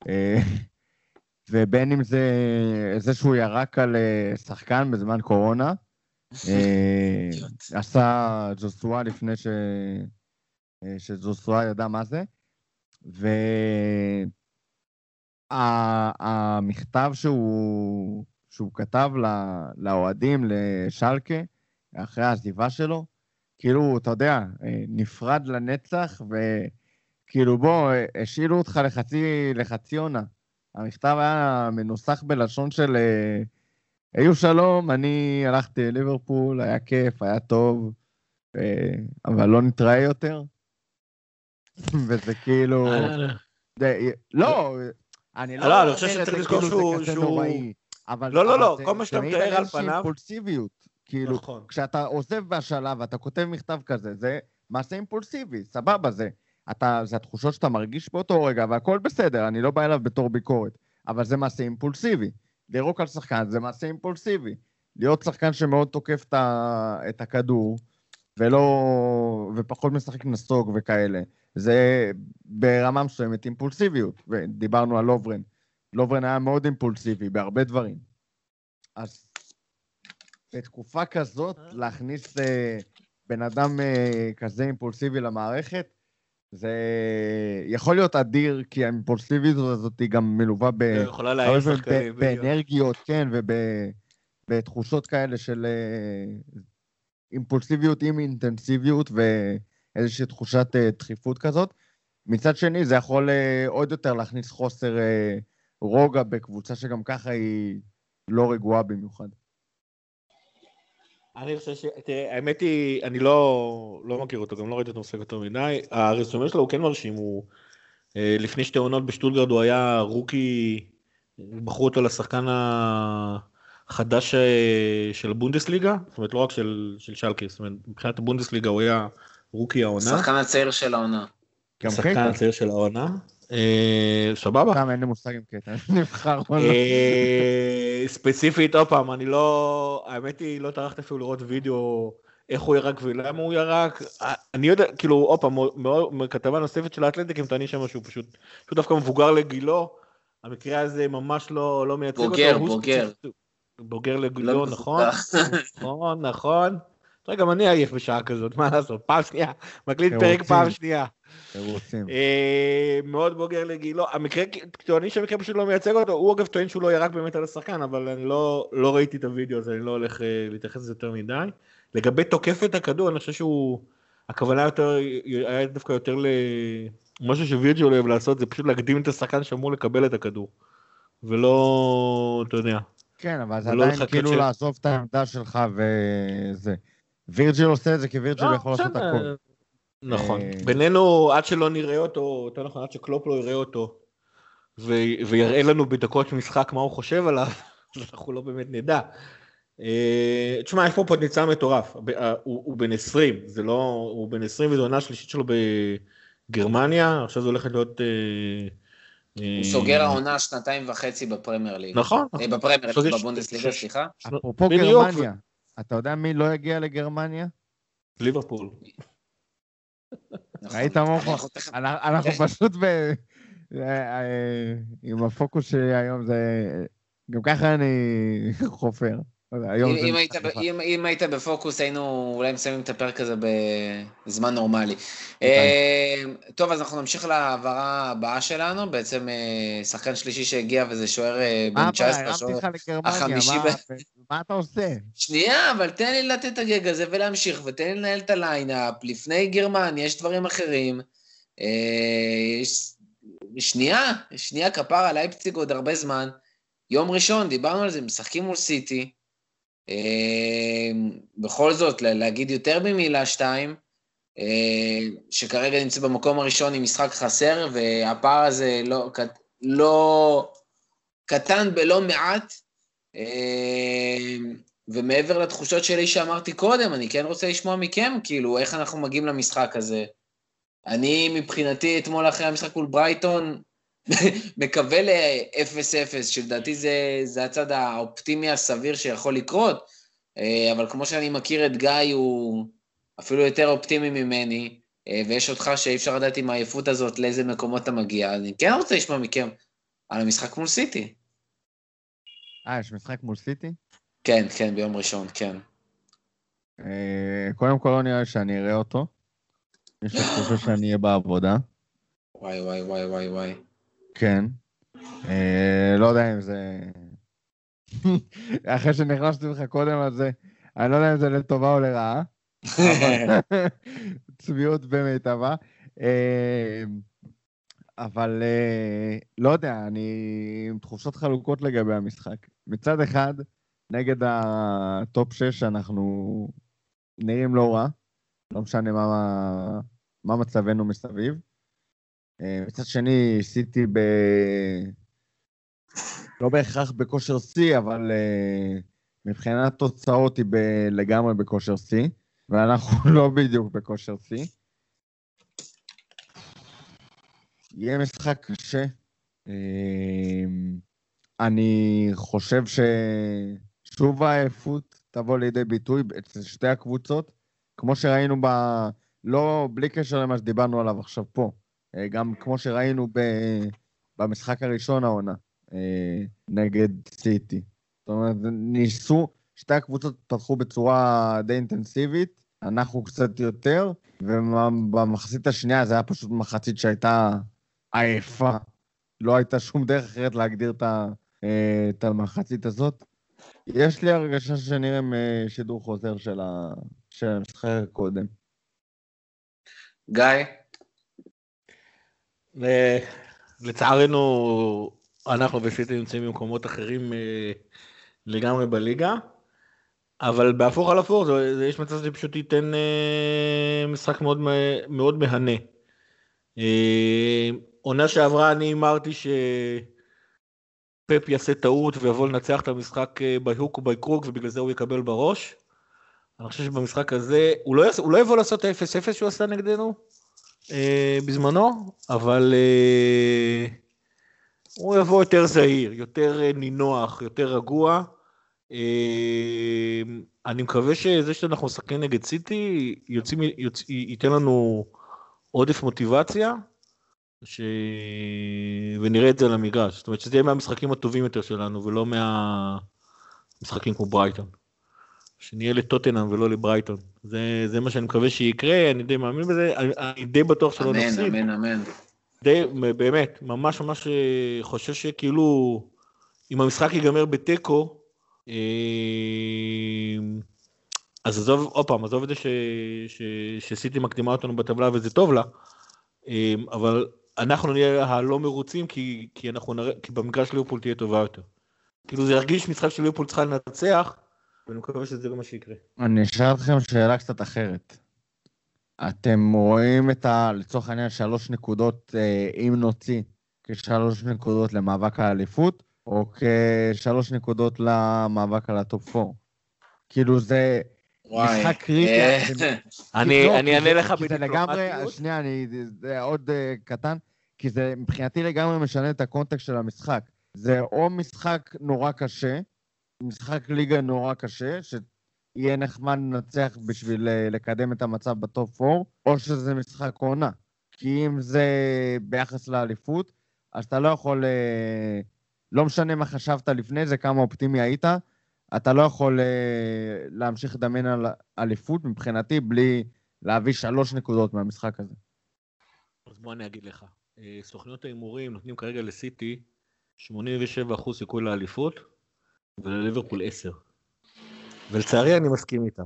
ובין אם זה זה שהוא ירק על שחקן בזמן קורונה, עשה ג'וסואה לפני ש... שג'וסואה ידע מה זה, והמכתב שהוא, שהוא כתב לאוהדים, לשלקה, אחרי העזיבה שלו, כאילו, אתה יודע, נפרד לנצח, וכאילו בוא, השאילו אותך לחצי, לחצי עונה. המכתב היה מנוסח בלשון של, היו שלום, אני הלכתי לליברפול, היה כיף, היה טוב, אבל לא נתראה יותר. וזה כאילו... לא, אני לא... לא, אני חושב שצריך לזכור שהוא... לא, לא, לא, כל מה שאתה מתאר על פניו... אימפולסיביות. כאילו, נכון. כשאתה עוזב בשלב ואתה כותב מכתב כזה, זה מעשה אימפולסיבי, סבבה זה. אתה, זה התחושות שאתה מרגיש באותו רגע, והכל בסדר, אני לא בא אליו בתור ביקורת, אבל זה מעשה אימפולסיבי. לירוק על שחקן זה מעשה אימפולסיבי. להיות שחקן שמאוד תוקף את הכדור, ולא, ופחות משחק נסוג וכאלה. זה ברמה מסוימת אימפולסיביות, ודיברנו על לוברן. לוברן היה מאוד אימפולסיבי בהרבה דברים. אז בתקופה כזאת, להכניס אה, בן אדם אה, כזה אימפולסיבי למערכת, זה יכול להיות אדיר, כי האימפולסיביות הזאת היא גם מלווה ב... יכולה להעיר שחקנים. באנרגיות, כן, ובתחושות כאלה של אימפולסיביות עם אינטנסיביות ואיזושהי תחושת דחיפות כזאת. מצד שני, זה יכול עוד יותר להכניס חוסר רוגע בקבוצה שגם ככה היא לא רגועה במיוחד. אני חושב ש... תראה, האמת היא, אני לא, לא מכיר אותו, גם לא ראיתי אותו משחק יותר מדי. הרזומה שלו הוא כן מרשים, הוא... לפני שתי עונות בשטוטגרד הוא היה רוקי, בחרו אותו לשחקן החדש של הבונדסליגה, זאת אומרת לא רק של, של שלקי, זאת אומרת מבחינת הבונדסליגה הוא היה רוקי העונה. שחקן הצעיר של העונה. שחקן הצעיר של העונה. סבבה. פעם אין לי מושג עם קטע, נבחר. ספציפית, עוד פעם, אני לא, האמת היא, לא טרחת אפילו לראות וידאו איך הוא ירק ולמה הוא ירק. אני יודע, כאילו, עוד פעם, כתבה נוספת של האתלנטיק, הם טוענים שם משהו פשוט, שהוא דווקא מבוגר לגילו, המקרה הזה ממש לא מייצג אותו. בוגר, בוגר. בוגר לגילו, נכון? נכון, נכון. תראה, גם אני עייף בשעה כזאת, מה לעשות? פעם שנייה, מקליט פרק פעם שנייה. מאוד בוגר לגילו, המקרה, טוענים שהמקרה פשוט לא מייצג אותו, הוא אגב טוען שהוא לא ירק באמת על השחקן, אבל אני לא ראיתי את הוידאו הזה, אני לא הולך להתייחס לזה יותר מדי. לגבי תוקף את הכדור, אני חושב שהוא, הכוונה יותר, היה דווקא יותר למשהו שווירג'יל אוהב לעשות, זה פשוט להקדים את השחקן שאמור לקבל את הכדור, ולא, אתה יודע. כן, אבל זה עדיין כאילו לעזוב את העמדה שלך וזה. וירג'יל עושה את זה כי וירג'יל יכול לעשות הכל. נכון, בינינו עד שלא נראה אותו, יותר נכון, עד שקלופ לא יראה אותו, ויראה לנו בדקות משחק מה הוא חושב עליו, אנחנו לא באמת נדע. תשמע, יש פה פוטנציאל מטורף, הוא בן עשרים, זה לא, הוא בן עשרים וזו עונה שלישית שלו בגרמניה, עכשיו זה הולכת להיות... הוא סוגר העונה שנתיים וחצי בפרמייר ליג. נכון. בפרמייר ליג, בבונדסליגה, סליחה. אפרופו גרמניה, אתה יודע מי לא יגיע לגרמניה? ליברפול. ראית מוכו? אנחנו פשוט עם הפוקוס שלי היום, גם ככה אני חופר. אם היית בפוקוס, היינו אולי מסיימים את הפרק הזה בזמן נורמלי. טוב, אז אנחנו נמשיך לעברה הבאה שלנו, בעצם שחקן שלישי שהגיע, וזה שוער בן תשע עשרה, הרמתי לך לגרמניה, מה אתה עושה? שנייה, אבל תן לי לתת את הגג הזה ולהמשיך, ותן לי לנהל את הליינאפ, לפני גרמניה, יש דברים אחרים. שנייה, שנייה כפרה, לייפציג עוד הרבה זמן. יום ראשון, דיברנו על זה, משחקים מול סיטי, בכל זאת, להגיד יותר ממילה שתיים, שכרגע נמצא במקום הראשון עם משחק חסר, והפער הזה לא, לא קטן בלא מעט, ומעבר לתחושות שלי שאמרתי קודם, אני כן רוצה לשמוע מכם, כאילו, איך אנחנו מגיעים למשחק הזה. אני מבחינתי, אתמול אחרי המשחק מול ברייטון, מקווה ל-אפס אפס, שלדעתי זה, זה הצד האופטימי הסביר שיכול לקרות, אבל כמו שאני מכיר את גיא, הוא אפילו יותר אופטימי ממני, ויש אותך שאי אפשר לדעת עם העייפות הזאת לאיזה מקומות אתה מגיע, אני כן רוצה לשמוע מכם על המשחק מול סיטי. אה, יש משחק מול סיטי? כן, כן, ביום ראשון, כן. קודם כל לא נראה שאני אראה אותו, יש לי חושב שאני אהיה בעבודה. וואי, וואי, וואי, וואי, וואי. כן, לא יודע אם זה... אחרי שנכנסתי לך קודם על זה, אני לא יודע אם זה לטובה או לרעה, צביעות במיטבה, אבל לא יודע, אני עם תחושות חלוקות לגבי המשחק. מצד אחד, נגד הטופ שש אנחנו נראים לא רע, לא משנה מה, מה מצבנו מסביב. מצד שני, סיטי ב... לא בהכרח בכושר C, אבל uh, מבחינת תוצאות היא ב- לגמרי בכושר C, ואנחנו לא בדיוק בכושר C. יהיה משחק קשה. Uh, אני חושב ששוב העייפות תבוא לידי ביטוי אצל שתי הקבוצות, כמו שראינו ב... לא בלי קשר למה שדיברנו עליו עכשיו פה, uh, גם כמו שראינו ב... במשחק הראשון העונה. נגד סיטי. זאת אומרת, ניסו, שתי הקבוצות פתחו בצורה די אינטנסיבית, אנחנו קצת יותר, ובמחצית השנייה זה היה פשוט מחצית שהייתה עייפה. לא הייתה שום דרך אחרת להגדיר את המחצית הזאת. יש לי הרגשה שנראה שידור חוזר של המשחק הקודם. גיא? לצערנו, אנחנו בסיטי נמצאים במקומות אחרים לגמרי בליגה, אבל בהפוך על הפוך, יש מצב שזה פשוט ייתן משחק מאוד, מאוד מהנה. עונה שעברה אני אמרתי שפפ יעשה טעות ויבוא לנצח את המשחק בהוק ובקרוק, ובגלל זה הוא יקבל בראש. אני חושב שבמשחק הזה, הוא לא, הוא לא יבוא לעשות אפס אפס שהוא עשה נגדנו אה, בזמנו, אבל אה, הוא יבוא יותר זהיר, יותר נינוח, יותר רגוע. אה, אני מקווה שזה שאנחנו משחקים נגד סיטי, יוצאים, יוצא, ייתן לנו עודף מוטיבציה, ש... ונראה את זה על המגרש. זאת אומרת שזה יהיה מהמשחקים הטובים יותר שלנו, ולא מהמשחקים כמו ברייטון. שנהיה לטוטנהאם ולא לברייטון. זה, זה מה שאני מקווה שיקרה, אני די מאמין בזה, אני, אני די בטוח שלא נפסיד. אמן, אמן, אמן. די, באמת, ממש ממש חושב שכאילו, אם המשחק ייגמר בטקו, אז עזוב, עוד פעם, עזוב את זה ש, ש, שסיטי מקדימה אותנו בטבלה וזה טוב לה, אבל אנחנו נהיה הלא מרוצים, כי, כי, אנחנו נראה, כי במגרש ליברפול תהיה טובה יותר. כאילו זה ירגיש משחק של ליברפול צריכה לנצח, ואני מקווה שזה לא מה שיקרה. אני אשאל אתכם שאלה קצת אחרת. אתם רואים את ה... לצורך העניין שלוש נקודות, אם נוציא, כשלוש נקודות למאבק האליפות, או כשלוש נקודות למאבק על הטופ פור? כאילו זה משחק קריטי. אני אענה לך בדיפלומטיות. שנייה, זה עוד קטן, כי זה מבחינתי לגמרי משנה את הקונטקסט של המשחק. זה או משחק נורא קשה, משחק ליגה נורא קשה, שיהיה נחמד לנצח בשביל לקדם את המצב בטופ ארבע, או שזה משחק עונה. כי אם זה ביחס לאליפות, אז אתה לא יכול, לא משנה מה חשבת לפני זה, כמה אופטימי היית, אתה לא יכול להמשיך לדמיין על אליפות מבחינתי, בלי להביא שלוש נקודות מהמשחק הזה. אז בוא אני אגיד לך, סוכניות האימורים נותנים כרגע לסיטי שמונים ושבעה אחוז סיכוי לאליפות, ולליברפול עשר. ולצערי אני מסכים איתם.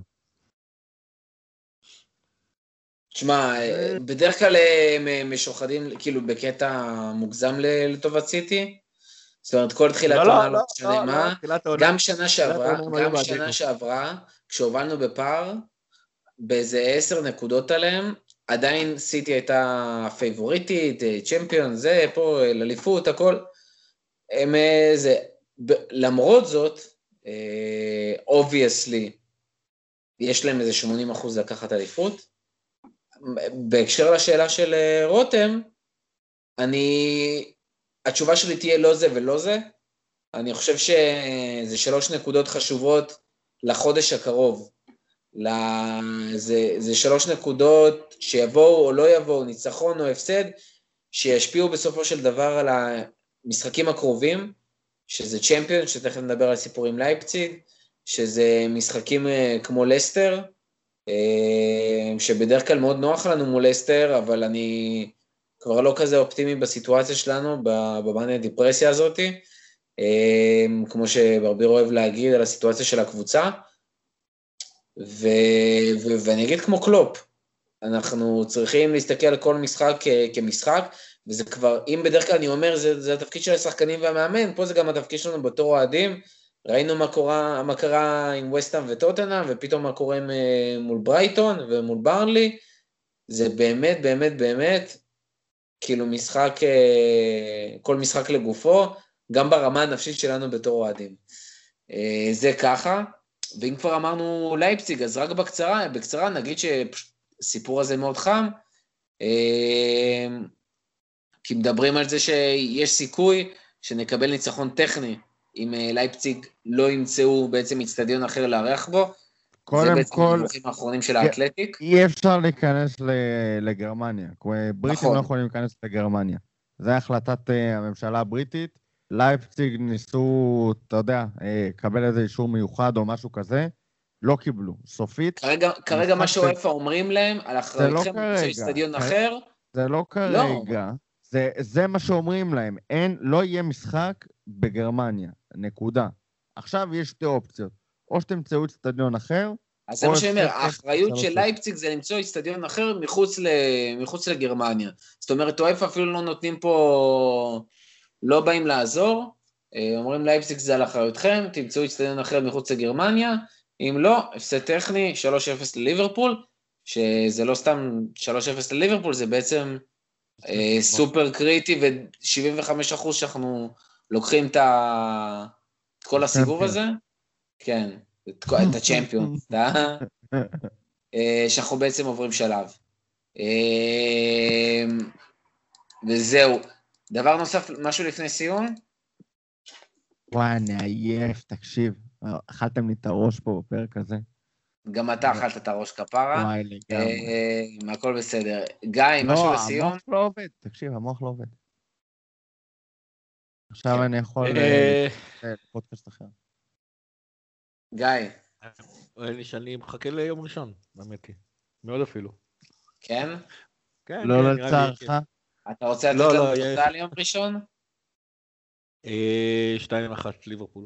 תשמע, בדרך כלל הם משוחדים כאילו בקטע מוגזם לטובת סיטי, זאת אומרת כל תחילת עונה לא משנה מה, גם שנה שעברה, גם שנה שעברה, כשהובלנו בפער, באיזה עשר נקודות עליהם, עדיין סיטי הייתה פייבוריטית, צ'מפיון, זה, פה, לליפות, הכל, הם זה, למרות זאת, obviously, יש להם איזה שמונים אחוז לקחת אליפות. בהקשר לשאלה של רותם, אני, התשובה שלי תהיה לא זה ולא זה. אני חושב שזה שלוש נקודות חשובות לחודש הקרוב. זה, זה שלוש נקודות שיבואו או לא יבואו, ניצחון או הפסד, שישפיעו בסופו של דבר על המשחקים הקרובים, שזה צ'מפיון, שתכף נדבר על סיפורים לייפציג, שזה משחקים כמו לסטר, שבדרך כלל מאוד נוח לנו מול לסטר, אבל אני כבר לא כזה אופטימי בסיטואציה שלנו, במאניה דיפרסיה הזאת, כמו שברביר אוהב להגיד על הסיטואציה של הקבוצה, ו... ו... ואני אגיד כמו קלופ, אנחנו צריכים להסתכל על כל משחק כ... כמשחק, וזה כבר, אם בדרך כלל אני אומר, זה, זה התפקיד של השחקנים והמאמן, פה זה גם התפקיד שלנו בתור אוהדים, ראינו מה קורה, מה קרה עם וסטהאם וטוטנהאם, ופתאום מה קורה מול ברייטון ומול ברנלי, זה באמת, באמת, באמת, כאילו משחק, כל משחק לגופו, גם ברמה הנפשית שלנו בתור אוהדים. זה ככה, ואם כבר אמרנו לייפציג, אז רק בקצרה, בקצרה נגיד שהסיפור הזה מאוד חם, כי מדברים על זה שיש סיכוי שנקבל ניצחון טכני, אם לייפציג לא ימצאו בעצם אצטדיון אחר לארח בו, זה בעצם הדיווחים האחרונים של האתלטיק. אי אפשר להיכנס לגרמניה, בריטים לא יכולים להיכנס לגרמניה. זו החלטת הממשלה הבריטית, לייפציג ניסו, אתה יודע, קבל איזה אישור מיוחד או משהו כזה, לא קיבלו. סופית... כרגע, כרגע מה שאופה אומרים להם, על אחריותכם למצוא אצטדיון אחר... זה לא כרגע. זה, זה מה שאומרים להם. אין, לא יהיה משחק בגרמניה. נקודה. עכשיו יש שתי אופציות. או שתמצאו אצטדיון אחר, אז זה מה שאומר, האחריות של לייפציג זה למצוא אצטדיון אחר מחוץ, ל... מחוץ לגרמניה. זאת אומרת, אופה אפילו לא נותנים פה... לא באים לעזור, אומרים לייפציג זה על אחריותכם, תמצאו אצטדיון אחר מחוץ לגרמניה, אם לא, הפסד טכני, שלוש אפס לליברפול, שזה לא סתם שלוש אפס לליברפול, זה בעצם אה, סופר קריטי, ו-שבעים וחמישה אחוז שאנחנו לוקחים את, ה... את כל הסיבוב הזה, כן, את, את הצ'מפיון, אה, שאנחנו בעצם עוברים שלב. אה, וזהו. דבר נוסף, משהו לפני סיום? וואי, אני עייף, תקשיב. אכלתם לי את הראש פה בפרק הזה. גם אתה אכלת את הראש כפרה. וואי, לגמרי. הכל בסדר. גיא, משהו לסיום? לא, המוח לא עובד. תקשיב, המוח לא עובד. עכשיו אני יכול... פודקאסט אחר. גיא. אני מחכה ליום ראשון, באמת. מאוד אפילו. כן? כן, לא לצערך. אתה רוצה לתת לנו תוצאה ליום ראשון? שתיים אחת, ליברפול.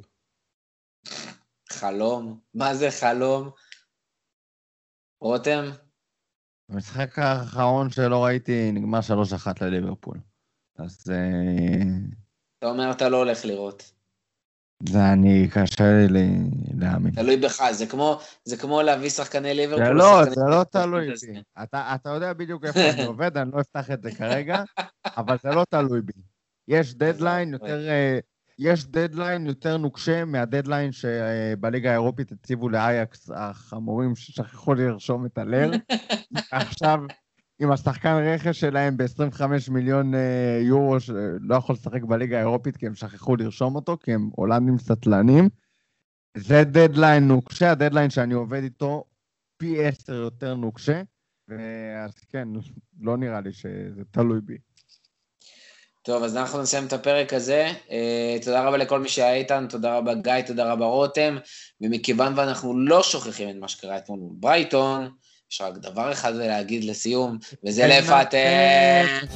חלום? מה זה חלום? רותם? המשחק האחרון שלא ראיתי נגמר שלוש אחת לליברפול. אז... אתה אומר, אתה לא הולך לראות. זה אני, קשה לי להאמין. תלוי בך, זה כמו, זה כמו להביא שחקני ליברפול. זה לא, זה לא תלוי בי. אתה, אתה יודע בדיוק איפה אני עובד, אני לא אפתח את זה כרגע, אבל זה לא תלוי בי. יש דדליין יותר, יש דדליין יותר נוקשה מהדדליין שבליגה האירופית הציבו לאייקס החמורים ששכחו לרשום את הלר. עכשיו, עם השחקן רכש שלהם ב-עשרים וחמישה מיליון יורו, לא יכול לשחק בליגה האירופית, כי הם שכחו לרשום אותו, כי הם הולנדים סטלנים. זה דדליין נוקשה, הדדליין שאני עובד איתו פי עשר יותר נוקשה, אז כן, לא נראה לי שזה תלוי בי. טוב, אז אנחנו נסיים את הפרק הזה. תודה רבה לכל מי שהיה איתנו, תודה רבה גיא, תודה רבה רותם, ומכיוון ואנחנו לא שוכחים את מה שקרה אתמול מול ברייטון, יש רק דבר אחד להגיד לסיום, וזה לפתח.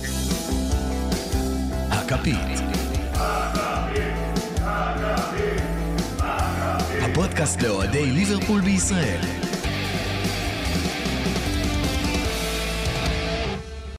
הכפית. הפודקאסט לאוהדי ליברפול בישראל.